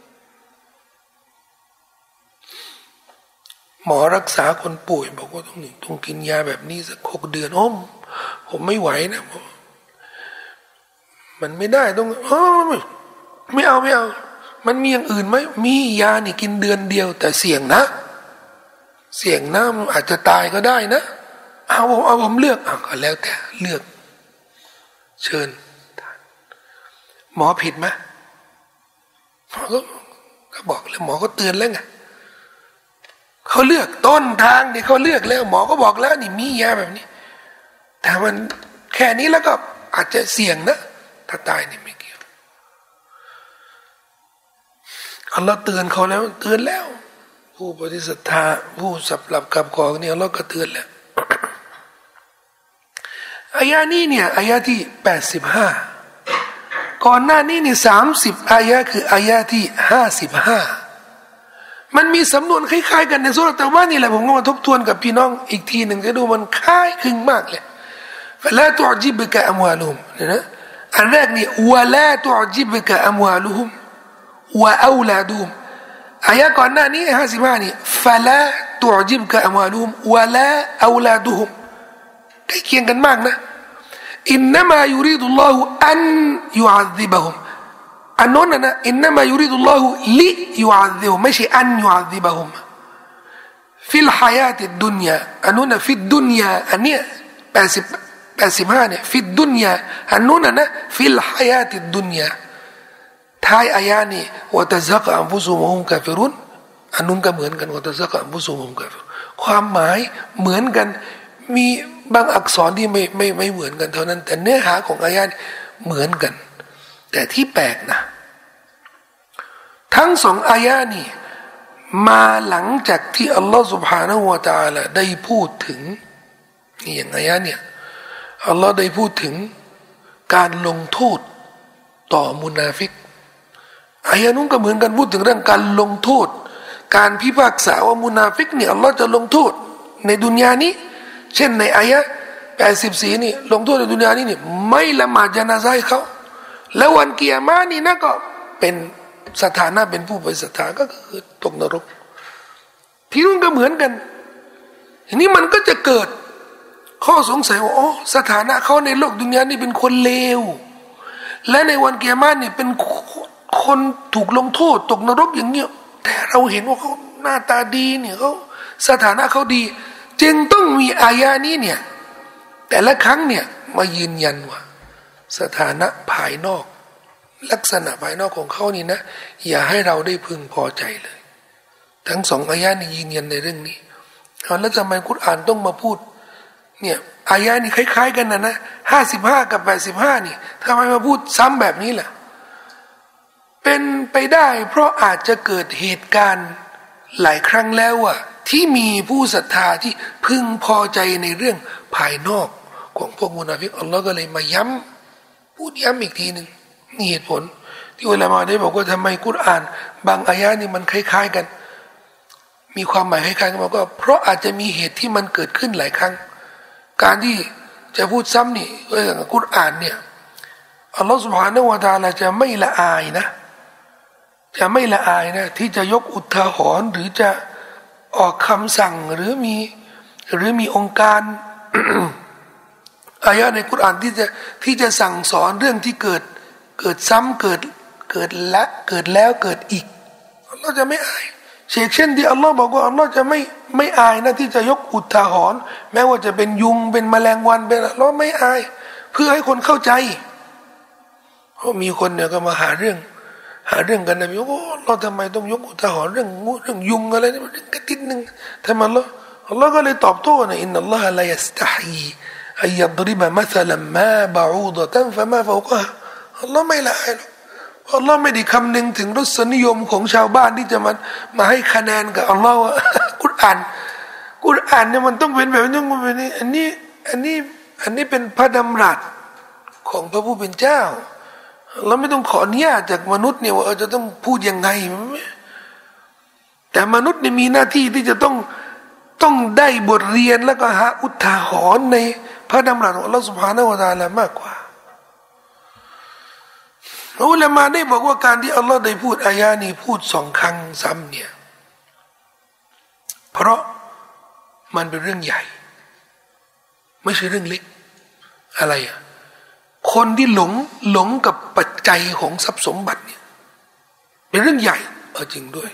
หมอรักษาคนป่วยบอกว่าต้องกินยาแบบนี้สัก6 เดือนผมไม่ไหวนะมันไม่ได้ต้องไม่เอามันมีอย่างอื่นไหมมียานี่กินเดือนเดียวแต่เสี่ยงนะมันอาจจะตายก็ได้นะผมเลือกก็แล้วแต่เลือกเชิญหมอผิดไหมหมอก็บอกแล้วหมอก็เตือนแล้วไงเขาเลือกต้นทางที่เขาเลือกแล้วหมอก็บอกแล้วนี่มียาแบบนี้แต่มันแค่นี้แล้วก็อาจจะเสี่ยงนะถ้าตายนี่ไม่เกี่ยวอัลลอฮ์เตือนเขาแล้วเตือนแล้วผู้ปฏิเสธผู้สับหลับกับของเนี่ยอัลลอฮ์ก็เตือนแล้วอายะนี้เนี่ยอายะที่85ก่อนหน้านี้นี่30อายะคืออายะที่55มันมีสำนวนคล้ายๆกันในสุรแต่ว่านี่แหละผมก็มาทบทวนกับพี่น้องอีกทีหนึ่งจะดูมันคล้ายคลึงมากเลยฟะลาตุอจิบกะอัมวาลุฮุมนะอันแรกนี่วะลาตุอจิบกะอัมวาลุฮุมวะอูลาดุฮุมอายะก่อนหน้านี้55นี่ฟะลาตุอจิบกะอัมวาลุฮุมวะลาอูลาดุฮุมใกล้เคียงกันมากนะอินนัมายูริดุลลอฮุอันยุอัซิบะฮุมอันนั้นนะอินนัมายูริดุลลอฮุลิยุอัซิบะฮุมไม่ใช่อันยุอัซิบะฮุมฟิลฮายาติดดุนยาอันนั้นฟิดดุนยาอันเนี้ย85เนี่ยฟิดดุนยาอันนั้นนะฟิลฮายาติดดุนยาท้ายอายะนี้วะตะซักอันฟุซุมุฮุมกาฟิรุนอันนั้นก็เหมือนกันวะตะซักอันฟุซุมุฮุมกาฟิรุนความหมายเหมือนกันมีบางอักษรที่ไม่เหมือนกันเท่านั้นแต่เนื้อหาของอายะเหมือนกันแต่ที่แปลกนะทั้ง2อายะนี้มาหลังจากที่อัลลอฮฺ سبحانه และ تعالى ได้พูดถึงนี่อย่างอายะเนี่ยอัลลอฮฺได้พูดถึงการลงโทษต่อมุนาฟิกอายะนู้นก็เหมือนกันพูดถึงเรื่องการลงโทษการพิพากษาว่ามุนาฟิกเนี่ยอัลลอฮฺจะลงโทษในดุนยานี้เช่นในอายะ84นี่ลงโทษในดุนยานี้เนี่ยไม่ละหมาดญะนาซะห์ให้เขาแล้ววันกิยามะห์นี่นะก็เป็นสถานะเป็นผู้ไปสถานก็คือตกนรกที่นู่นก็เหมือนกันทีนี้มันก็จะเกิดข้อสงสัยว่าอ๋อสถานะเขาในโลกดุนยานี่เป็นคนเลวและในวันกิยามะห์นี่เป็นคนถูกลงโทษตกนรกอย่างเงี้ยแต่เราเห็นว่าเขาหน้าตาดีเนี่ยเขาสถานะเขาดี จึงต้องมีอายะนี้เนี่ยแต่ละครั้งเนี่ยมายืนยันว่าสถานะภายนอกลักษณะภายนอกของเขานี่นะอย่าให้เราได้พึงพอใจเลยทั้งสองอายะนี้ยืนยันในเรื่องนี้แล้วทำไมกุรอานต้องมาพูดเนี่ยอายะนี้คล้ายๆกันนะ55กับ85นี่ทำไมมาพูดซ้ำแบบนี้ล่ะเป็นไปได้เพราะอาจจะเกิดเหตุการณ์หลายครั้งแล้วอะที่มีผู้ศรัทธาที่พึงพอใจในเรื่องภายนอกของพวกมุนาฟิกอัลลอฮ์ก็เลยมาย้ำพูดย้ำอีกทีหนึ่งนี่เหตุผลที่อุลามะได้บอกว่าทำไมกุรอานบางอายะนี่มันคล้ายๆกันมีความหมายคล้ายๆกันก็เพราะอาจจะมีเหตุที่มันเกิดขึ้นหลายครั้งการที่จะพูดซ้ำนี่กุรอานเนี่ยอัลลอฮ์ سبحانه และ تعالى จะไม่ละอายนะจะไม่ละอายนะที่จะยกอุทาหรณ์หรือจะออกคำสั่งหรือมีองค์การ อายะในกุรอานที่จะสั่งสอนเรื่องที่เกิดซ้ำเกิดแล้วเกิดอีกอัลลอฮ์จะไม่อายเช่นที่อัลลอฮ์บอกว่าอัลลอฮ์จะไม่อายนะที่จะยกอุทาหรณ์แม้ว่าจะเป็นยุงเป็นแมลงวันเป็นอัลลอฮ์ไม่อายเพื่อให้คนเข้าใจเพราะมีคนเนี่ยก็มาหาเรื่องกันนะพี่โอ้เราทำไมต้องยกอุทาหรณ์เรื่องยุงอะไรนี่มันกระติดนึงทำไมอัลลอฮ์ก็เลยตอบโต้นะอินนัลลอฮะลายัสตะฮีอัยยัดริบะมัสลัมมาบะอูดะตันฟะมาฟาวกะฮ์อัลลอฮ์ไม่ละอายหรอกอัลลอฮ์ไม่ได้คำนึงถึงรสนิยมของชาวบ้านที่จะมาให้คะแนนกับอัลลอฮ์ว่ากุรอานเนี่ยมันต้องเป็นแบบนี้ต้องเป็นอันนี้เป็นพระดำรัสของพระผู้เป็นเจ้าเราไม่ต้องขออนุญาตจากมนุษย์เนี่ยว่าจะต้องพูดยังไงแต่มนุษย์เนี่ยมีหน้าที่ที่จะต้องได้บทเรียนแล้วก็หาอุทาหรณ์ในพระดำรัสของอัลลอฮฺ سبحانه และ تعالى มากกว่าอุลามะได้บอกว่าการที่อัลลอฮ์ได้พูดอายะนี้พูด2 ครั้งซ้ำเนี่ยเพราะมันเป็นเรื่องใหญ่ไม่ใช่เรื่องเล็กอะไรอ่ะคนที่หลงกับปัจจัยของทรัพย์สมบัติเนี่ยเป็นเรื่องใหญ่จริงด้วย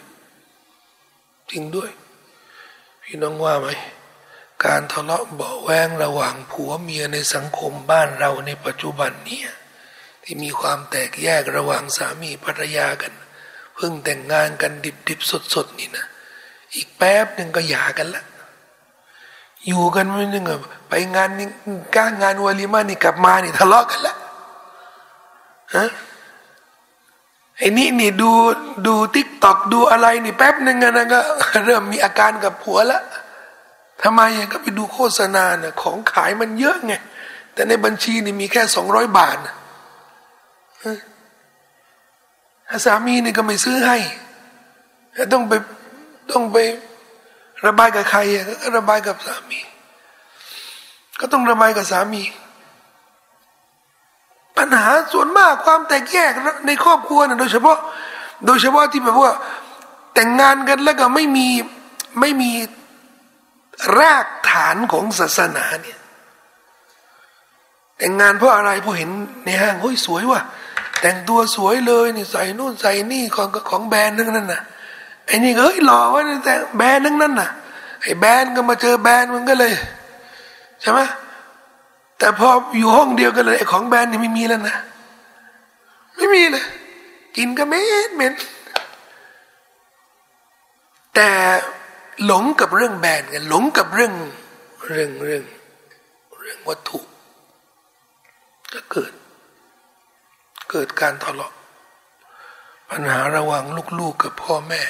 พี่น้องว่าไหมการทะเลาะเบาะแวงระหว่างผัวเมียในสังคมบ้านเราในปัจจุบันเนี่ยที่มีความแตกแยกระหว่างสามีภรรยากันเพิ่งแต่งงานกันดิบสดนี่นะอีกแป๊บหนึ่งก็หย่ากันละอยู่กันไม่นึงไปงานนี่งานวาลิมานี่กลับมานี่ทะเลาะกันละฮะไอ้นี่ดูติ๊กต็อกดูอะไรนี่แป๊บหนึ่งนะก็เริ่มมีอาการกับผัวละทำไมก็ไปดูโฆษณาเนี่ยของขายมันเยอะไงแต่ในบัญชีนี่มีแค่200 บาทนะสามีนี่ก็ไม่ซื้อให้ต้องไประบายกับใครก็ระบายกับสามีก็ต้องระบายกับสามีปัญหาส่วนมากความแตกแยกในครอบครัวนะโดยเฉพาะที่แบบว่าแต่งงานกันแล้วก็ไม่มีรากฐานของศาสนาเนี่ยแต่งงานเพราะอะไรเพราะเห็นในห้างเฮ้ยสวยว่ะแต่งตัวสวยเลยนี่ใส่นู่นใส่นี่ของแบรนด์ทั้งนั้นน่ะไอ้นี่เฮ้ยหล่อวะแต่แบรนด์ทั้งนั้นน่ะไอ้แบรนด์ก็มาเจอแบรนด์มันก็เลยใช่ไหมแต่พออยู่ห้องเดียวกันเลยไอ้ของแบรนด์นี่ไม่มีแล้วนะไม่มีเลยกินก็เหม็นแต่หลงกับเรื่องแบรนด์กันหลงกับเรื่องวัตถุก็เกิดการทะเลาะปัญหาระหว่างลูกๆกับพ่อแม่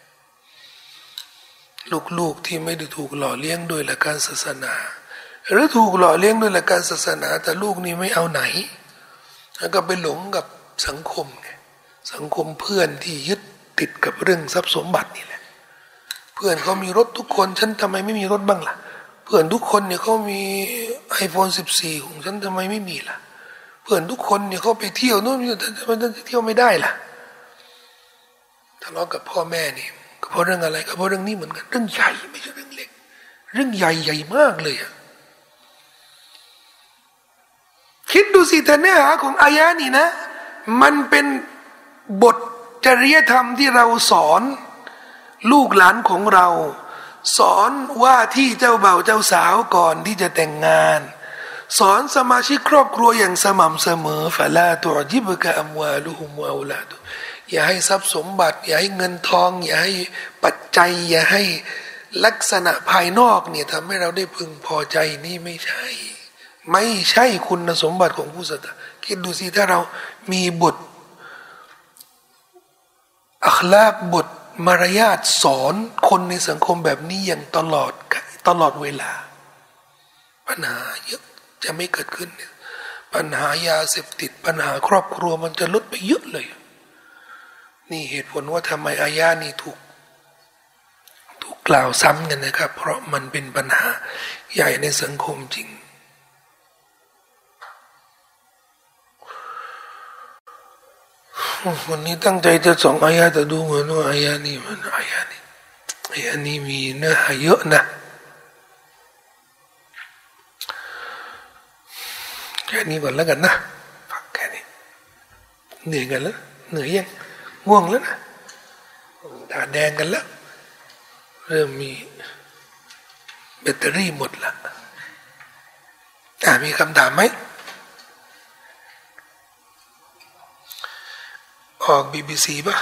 ลูกที่ไม่ได้ถูกหล่อเลี้ยงโดยหลักการศาสนาหรือถูกหล่อเลี้ยงโดยหลักการศาสนาแต่ลูกนี่ไม่เอาไหนแล้วก็ไปหลงกับสังคมไงสังคมเพื่อนที่ยึดติดกับเรื่องทรัพย์สมบัตินี่แหละเพื่อนเขามีรถทุกคนฉันทำไมไม่มีรถบ้างล่ะเพื่อนทุกคนเนี่ยเขามีiPhone 14ของฉันทำไมไม่มีล่ะเพื่อนทุกคนเนี่ยเขาไปเที่ยวนู่นมันจะเที่ยวไม่ได้ล่ะทะเลาะกับพ่อแม่นี่ก็เพราะเรื่องอะไรก็เพราะเรื่องนี้เหมือนกันเรื่องใหญ่ไม่ใช่เรื่องเล็กเรื่องใหญ่ใหญ่มากเลยอะคิดดูสิแต่เนื้อหาของอายะนี่นะมันเป็นบทจริยธรรมที่เราสอนลูกหลานของเราสอนว่าที่เจ้าบ่าวเจ้าสาวก่อนที่จะแต่งงานสอนสมาชิกครอบครัวอย่างสม่ำเสมอฟะลาตุจิบกะอัมวาลุฮุมวะอูลาดุอย่าให้ทรัพย์สมบัติอย่าให้เงินทองอย่าให้ปัจจัยอย่าให้ลักษณะภายนอกเนี่ยทำให้เราได้พึงพอใจนี่ไม่ใช่คุณสมบัติของผู้ศรัทธาคิดดูสิถ้าเรามีบทอัคลากบทมารยาทสอนคนในสังคมแบบนี้อย่างตลอดเวลาปัญหาเยอะจะไม่เกิดขึ้นเนี่ยปัญหายาเสพติดปัญหาครอบครัวมันจะลดไปเยอะเลยนี่เหตุผลว่าทำไมอายานี้ถูกกล่าวซ้ำกันนะครับเพราะมันเป็นปัญหาใหญ่ในสังคมจริงวันนี้ตั้งใจจะส่งอายะแต่ดูเหมือนว่าอายะนี้มีเนื้อหาเยอะนะแค่นี้ก่อนแล้วกันนะฟังแค่นี้เหนื่อยกันแล้วเหนื่อยยังง่วงแล้วนะตาแดงกันแล้วเริ่มมีแบตเตอรี่หมดละมีคำถามไหมออก BBC ป่ะ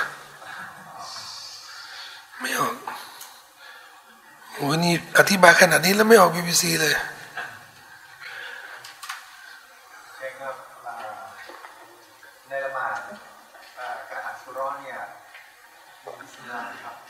ไม่ออกโหนี่อธิบายขนาดนี้แล้วไม่ออก BBC เลยในละหมาดการอ่านสุเราะห์เนี่ยบิสมิลลาห์ครับ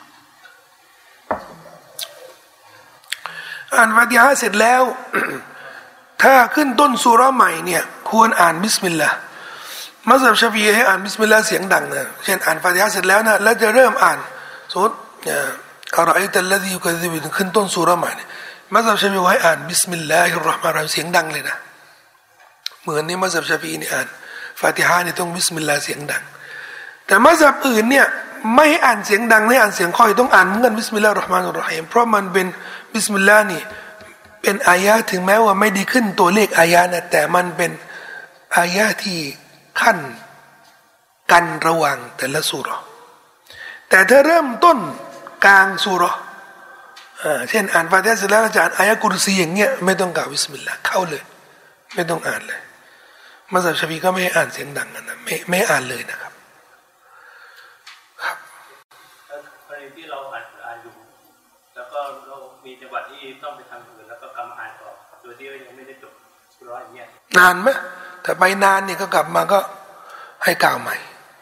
อ่านฟาติฮะห์เสร็จแล้ว ถ้าขึ้นต้นสุเราะห์ใหม่เนี่ยควรอ่านบิสมิลลาห์มัซฮับชาฟีอีให้อ่านบิสมิลลาห์เสียงดังนะเช่นอ่านฟาติฮะห์เสร็จแล้วนะแล้วจะเริ่มอ่านสมมติอะรออัยตัลลซียุกัซซิบุขึ้นต้นสุเราะห์ใหม่มัซฮับชาฟีอีให้อ่านบิสมิลลาฮิรเราะห์มานิรเราะฮีมเสียงดังเลยนะเหมือนในมัซฮับชาฟีอีนี่อ่านฟาติฮะห์นี่ต้องบิสมิลลาห์เสียงดังแต่มัซฮับอื่นเนี่ยไม่ให้อ่านเสียงดังไม่อ่านเสียงค่อยต้องอ่านเหมือนบิสมิลลาฮิรเราะห์มานิรเราะฮีมเพราะมันเป็นบิสมิลลาห์นี่เป็นอายะถึงแม้ว่าไม่ได้ขึ้นตัวเลขอายะนะแต่มันเป็นอายะที่ขั้นกันระหว่างแต่ละสุเราะห์แต่ถ้าเริ่มต้นกลางสุเราะห์เช่นอ่านฟาติฮะห์เสร็จแล้วอาจารย์อายะกุรซีอย่างเงี้ยไม่ต้องกล่าวบิสมิลลาห์เข้าเลยไม่ต้องอ่านเลยมัซฮับชาฟีก็ไม่ให้อ่านเสียงดังนะไม่อ่านเลยนะครับครับกรณีที่เราอ่านอยู่แล้วก็เรามีจังหวะที่ต้องไปทำอื่นแล้วก็กลับมาอ่านต่อโดยที่ยังไม่ได้จบสุเราะห์อย่างเงี้ยนานไหมถ้าไปนานเนี่ยก็กลับมาก็ให้กล่าวใหม่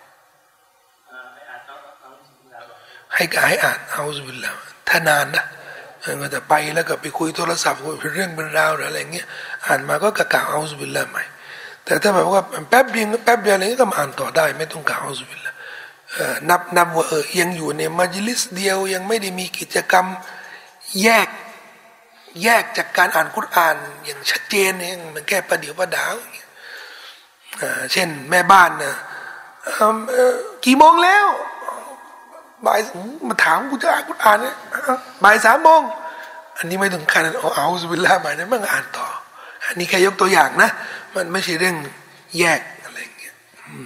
ให้อ่านเอาซุบิลลาห์ถ้านานนะก็จะไปแล้วก็ไปคุยโทรศัพท์คุยเรื่องเป็นราวหรืออะไรเงี้ยอ่านมาก็กล่าวเอาซุบิลลาห์ใหม่แต่ถ้าแบบว่าแป๊บเดียวอะไรก็มาอ่านต่อได้ไม่ต้องกล่าวเอาซุบิลลาห์นับว่ายังอยู่ในมัจลิสเดียวยังไม่ได้มีกิจกรรมแยกจากการอ่านกุรอานอย่างชัดเจนเนี่ยมันแค่ประเดี๋ยวประดาวเช่นแม่บ้านนะกี่โมงแล้วบ่ายมาถามกูจะอ่านกุรอานเนี่ยบ่าย3 โมงอันนี้ไม่ถึงขั้นเอาซุบิลลาห์มาเนี่ยมันอ่านต่ออันนี้แค่ยกตัวอย่างนะมันไม่ใช่เรื่องแยกอะไรอย่างเงี้ย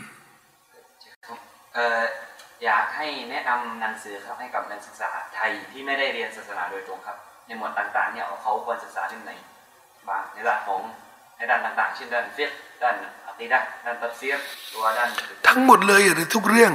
อยากให้แนะนำหนังสือครับให้กับนักศึกษาไทยที่ไม่ได้เรียนศาสนาโดยตรงครับในหมวดต่างๆเนี่ยเขาควรศึกษาเรื่องไหนบ้างในด้านของในด้านต่างๆเช่นด้านฟิกห์ด้านอะกีดะห์ด้านตัฟซีรหรือว่าด้านทั้งหมดเลยหรือทุกเรื่อง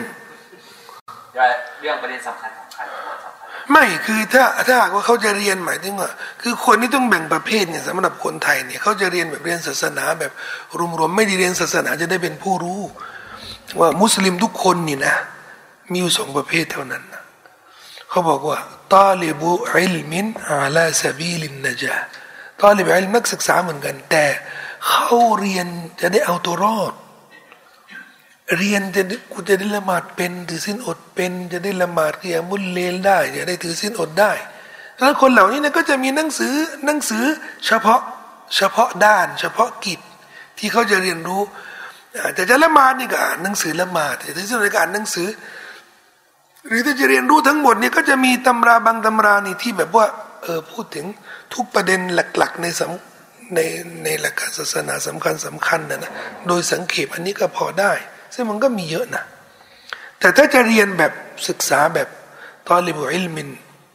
ประเด็นสำคัญไม่คือถ้าหากว่าเขาจะเรียนหมายถึงว่าคือคนที่ต้องแบ่งประเภทเนี่ยสำหรับคนไทยเนี่ยเขาจะเรียนแบบเรียนศาสนาแบบรวมๆไม่ได้เรียนศาสนาจะได้เป็นผู้รู้ว่ามุสลิมทุกคนนี่นะมีอยู่2 ประเภทเท่านั้นนะเขาบอกว่าตาลิบุอิลมินอาลาซาบีลินนะจาตาลิบุอิลนักศึกษาเหมือนกันแต่เขาเรียนจะได้เอาตัวรอดเรียนกูจะได้ละหมาดเป็นถือศีลอดเป็นจะได้ละหมาดกิยามุลเลลได้จะได้ถือศีลอดได้แล้วคนเหล่านี้เนี่ยก็จะมีหนังสือเฉพาะด้านเฉพาะกิจที่เขาจะเรียนรู้แต่จะละหมาดนี่ก็อ่านหนังสือละหมาดแต่ที่สุดในการอ่านหนังสือหรือถ้าจะเรียนรู้ทั้งหมดนี่ก็จะมีตำราบางตำรานี่ที่แบบว่าพูดถึงทุกประเด็นหลักๆในหลักการศาสนาสำคัญนะโดยสังเขปอันนี้ก็พอได้ซึ่งมันก็มีเยอะนะแต่ถ้าจะเรียนแบบศึกษาแบบตอลิบุอิลมิน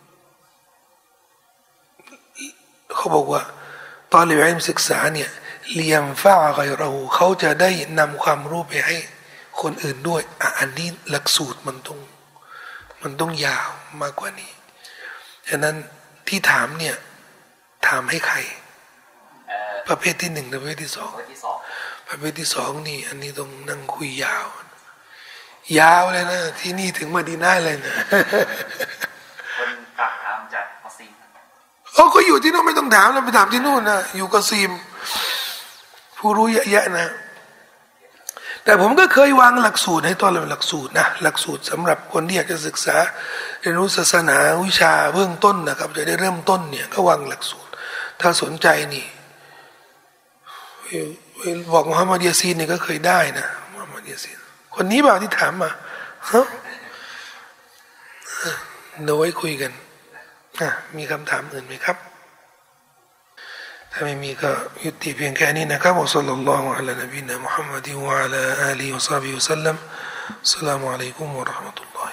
เขาบอกว่าตอลิบุอิลมินศึกษาเนี่ยเลียมฟะอะกัยเราเขาจะได้นำความรู้ไปให้คนอื่นด้วยอันนี้หลักสูตรมันต้องยาวมากกว่านี้ฉะนั้นที่ถามเนี่ยถามให้ใครประเภทที่หนึ่งประเภทที่สองประเภทที่สองนี่อันนี้ต้องนั่งคุยยาวเลยนะที่นี่ถึงมาดีน่าเลยนะคนฝากถามจากกอซีมก็อยู่ที่โน่นไม่ต้องถามแล้วไปถามที่นู่นนะอยู่กอซีมผู้รู้เยอะแยะนะแต่ผมก็เคยวางหลักสูตรให้ตอนเราหลักสูตรนะหลักสูตรสำหรับคนที่อยากจะศึกษาเรียนรู้ศาสนาวิชาเบื้องต้นนะครับจะได้เริ่มต้นเนี่ยก็วางหลักสูตรถ้าสนใจนี่บอกมุฮัมมัดยาซีนเนี่ยก็เคยได้นะมุฮัมมัดยาซีนคนนี้เปล่าที่ถามมาเดี๋ยวไว้คุยกันมีคำถามอื่นไหมครับถ้าไม่มีก็ยุติเพียงแค่นี้นะครับวะศ็อลลัลลอฮุอะลานบีนะมุฮัมมัดวะอะลาอาลีฮิวะศอฮบิฮิวะซัลลัมอัสสลามุอะลัยกุมวะเราะห์มะตุลลอฮิ